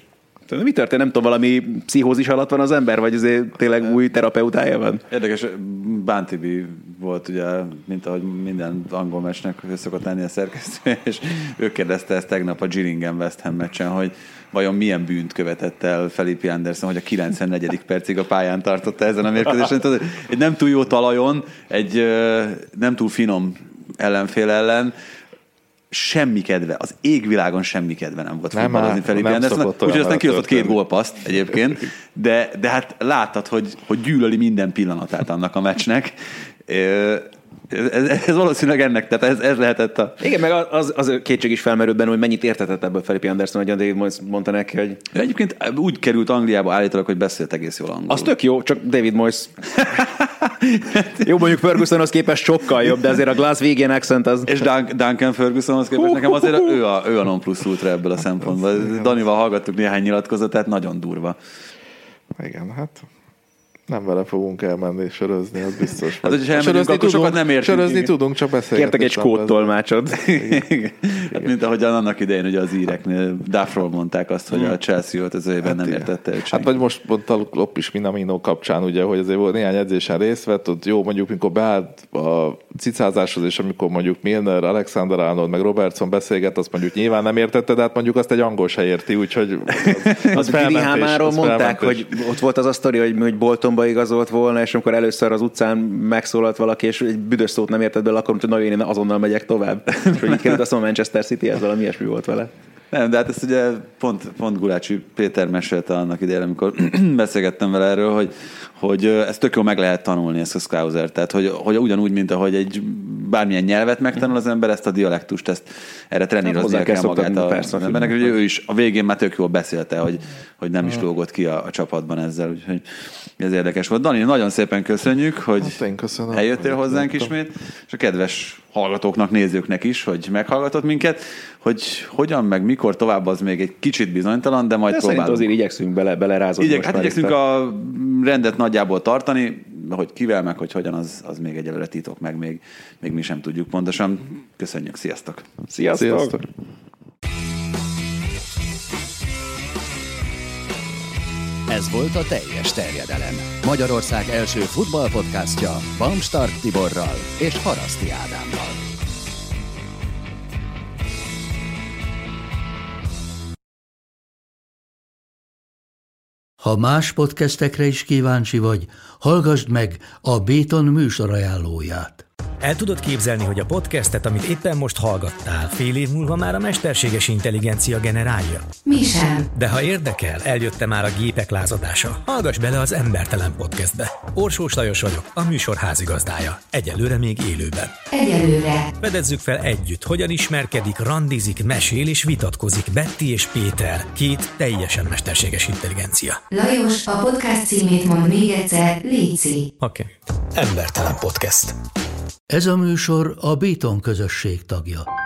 Mi történt? Nem tudom, valami pszichózis alatt van az ember, vagy azért tényleg új terapeutája van? Érdekes, Bántibi volt ugye, mint ahogy minden angol meccsnek szokott lenni a szerkesztő, és ő kérdezte ezt tegnap a Gillingham West Ham meccsen, hogy vajon milyen bűnt követett el Felipe Anderson, hogy a kilencvennegyedik percig a pályán tartotta ezen a mérkőzésen. Egy nem túl jó talajon, egy nem túl finom ellenfél ellen, semmi kedve, az égvilágon semmi kedve nem volt futballozni Felipe Anderson. Úgyhogy aztán kihozott két gólpaszt egyébként, de, de hát láttad, hogy, hogy gyűlöli minden pillanatát annak a meccsnek. Ez, ez, ez valószínűleg ennek, tehát ez, ez lehetett a... Igen, meg az, az kétség is felmerült benne, hogy mennyit értetett ebből Felipe Anderson, hogy David Moyes mondta neki, hogy... Egyébként úgy került Angliába állítólag, hogy beszélt egész jól angolul. Az tök jó, csak David Moyes... jó, mondjuk Fergusonhoz képest sokkal jobb, de azért a Glaswegian accent az... És Duncan Fergusonhoz képest nekem azért ő a, ő a non plus ultra ebből a szempontból. Danival hallgattuk néhány nyilatkozatát, nagyon durva. Igen, hát... Nem vele fogunk elmenni sörözni, az biztos. Hát, hogyha elmegyünk, akkor sokat nem értünk. Sörözni tudunk, csak beszélgetni. Kértek egy skóttolmácsot. Hát, mint ahogyan annak idején ugye az íreknél Duffról mondták azt, hogy a Chelsea volt az évben hát nem értette őt. Hát vagy most mondta Loppis Minamino kapcsán, ugye, hogy azért volt néhány edzésen részt vett, ott jó, mondjuk mikor beállt a cicázáshoz, és amikor mondjuk Milner, Alexander Arnold, meg Robertson beszélget, azt mondjuk nyilván nem értette, de hát mondjuk azt egy angol se érti, úgyhogy az, az Vilihámáról mondták, hogy ott volt az a sztori, hogy, hogy Bolton igazolt volna, és amikor először az utcán megszólalt valaki, és egy büdös szót nem érted bele, akkor mondta, hogy én azonnal megyek tovább. És hogy itt került azt mondom, Manchester City, ez valami ilyesmi volt vele. Nem, de hát ezt ugye pont, pont Gulácsi Péter mesélte annak idején, amikor beszélgettem vele erről, hogy, hogy ezt tök jól meg lehet tanulni, ezt a Scouser. Tehát, hogy, hogy ugyanúgy, mint ahogy egy bármilyen nyelvet megtanul az ember, ezt a dialektust, ezt erre treníroznia kell magát az embernek. Ugye ő is a végén már tök jól beszélte, hogy, hogy nem is lógott ki a, a csapatban ezzel, úgyhogy ez érdekes volt. Dani, nagyon szépen köszönjük, hogy hát eljöttél hozzánk ismét, és a kedves hallgatóknak, nézőknek is, hogy meghallgatott minket, hogy hogyan, meg mikor tovább, az még egy kicsit bizonytalan, de majd de próbálunk. Azért igyekszünk bele, belerázni. Igyek, hát igyekszünk a rendet nagyjából tartani, hogy kivel, meg hogy hogyan, az, az még egyelőre titok, meg még, még mi sem tudjuk pontosan. Köszönjük, sziasztok! Sziasztok! Sziasztok. Ez volt a Teljes Terjedelem. Magyarország első futballpodcastja Bamstart Tiborral és Haraszti Ádámmal. Ha más podcastekre is kíváncsi vagy, hallgassd meg a Béton műsor ajánlóját. El tudod képzelni, hogy a podcastet, amit éppen most hallgattál, fél év múlva már a mesterséges intelligencia generálja? Mi sem. De ha érdekel, eljött már a gépek lázadása. Hallgass bele az Embertelen Podcastbe. Orsós Lajos vagyok, a műsor házigazdája. Egyelőre még élőben. Egyelőre. Fedezzük fel együtt, hogyan ismerkedik, randizik, mesél és vitatkozik Betty és Péter, két teljesen mesterséges intelligencia. Lajos, a podcast címét mond még egyszer, léci. Oké. Okay. Embertelen Podcast. Ez a műsor a Béton közösség tagja.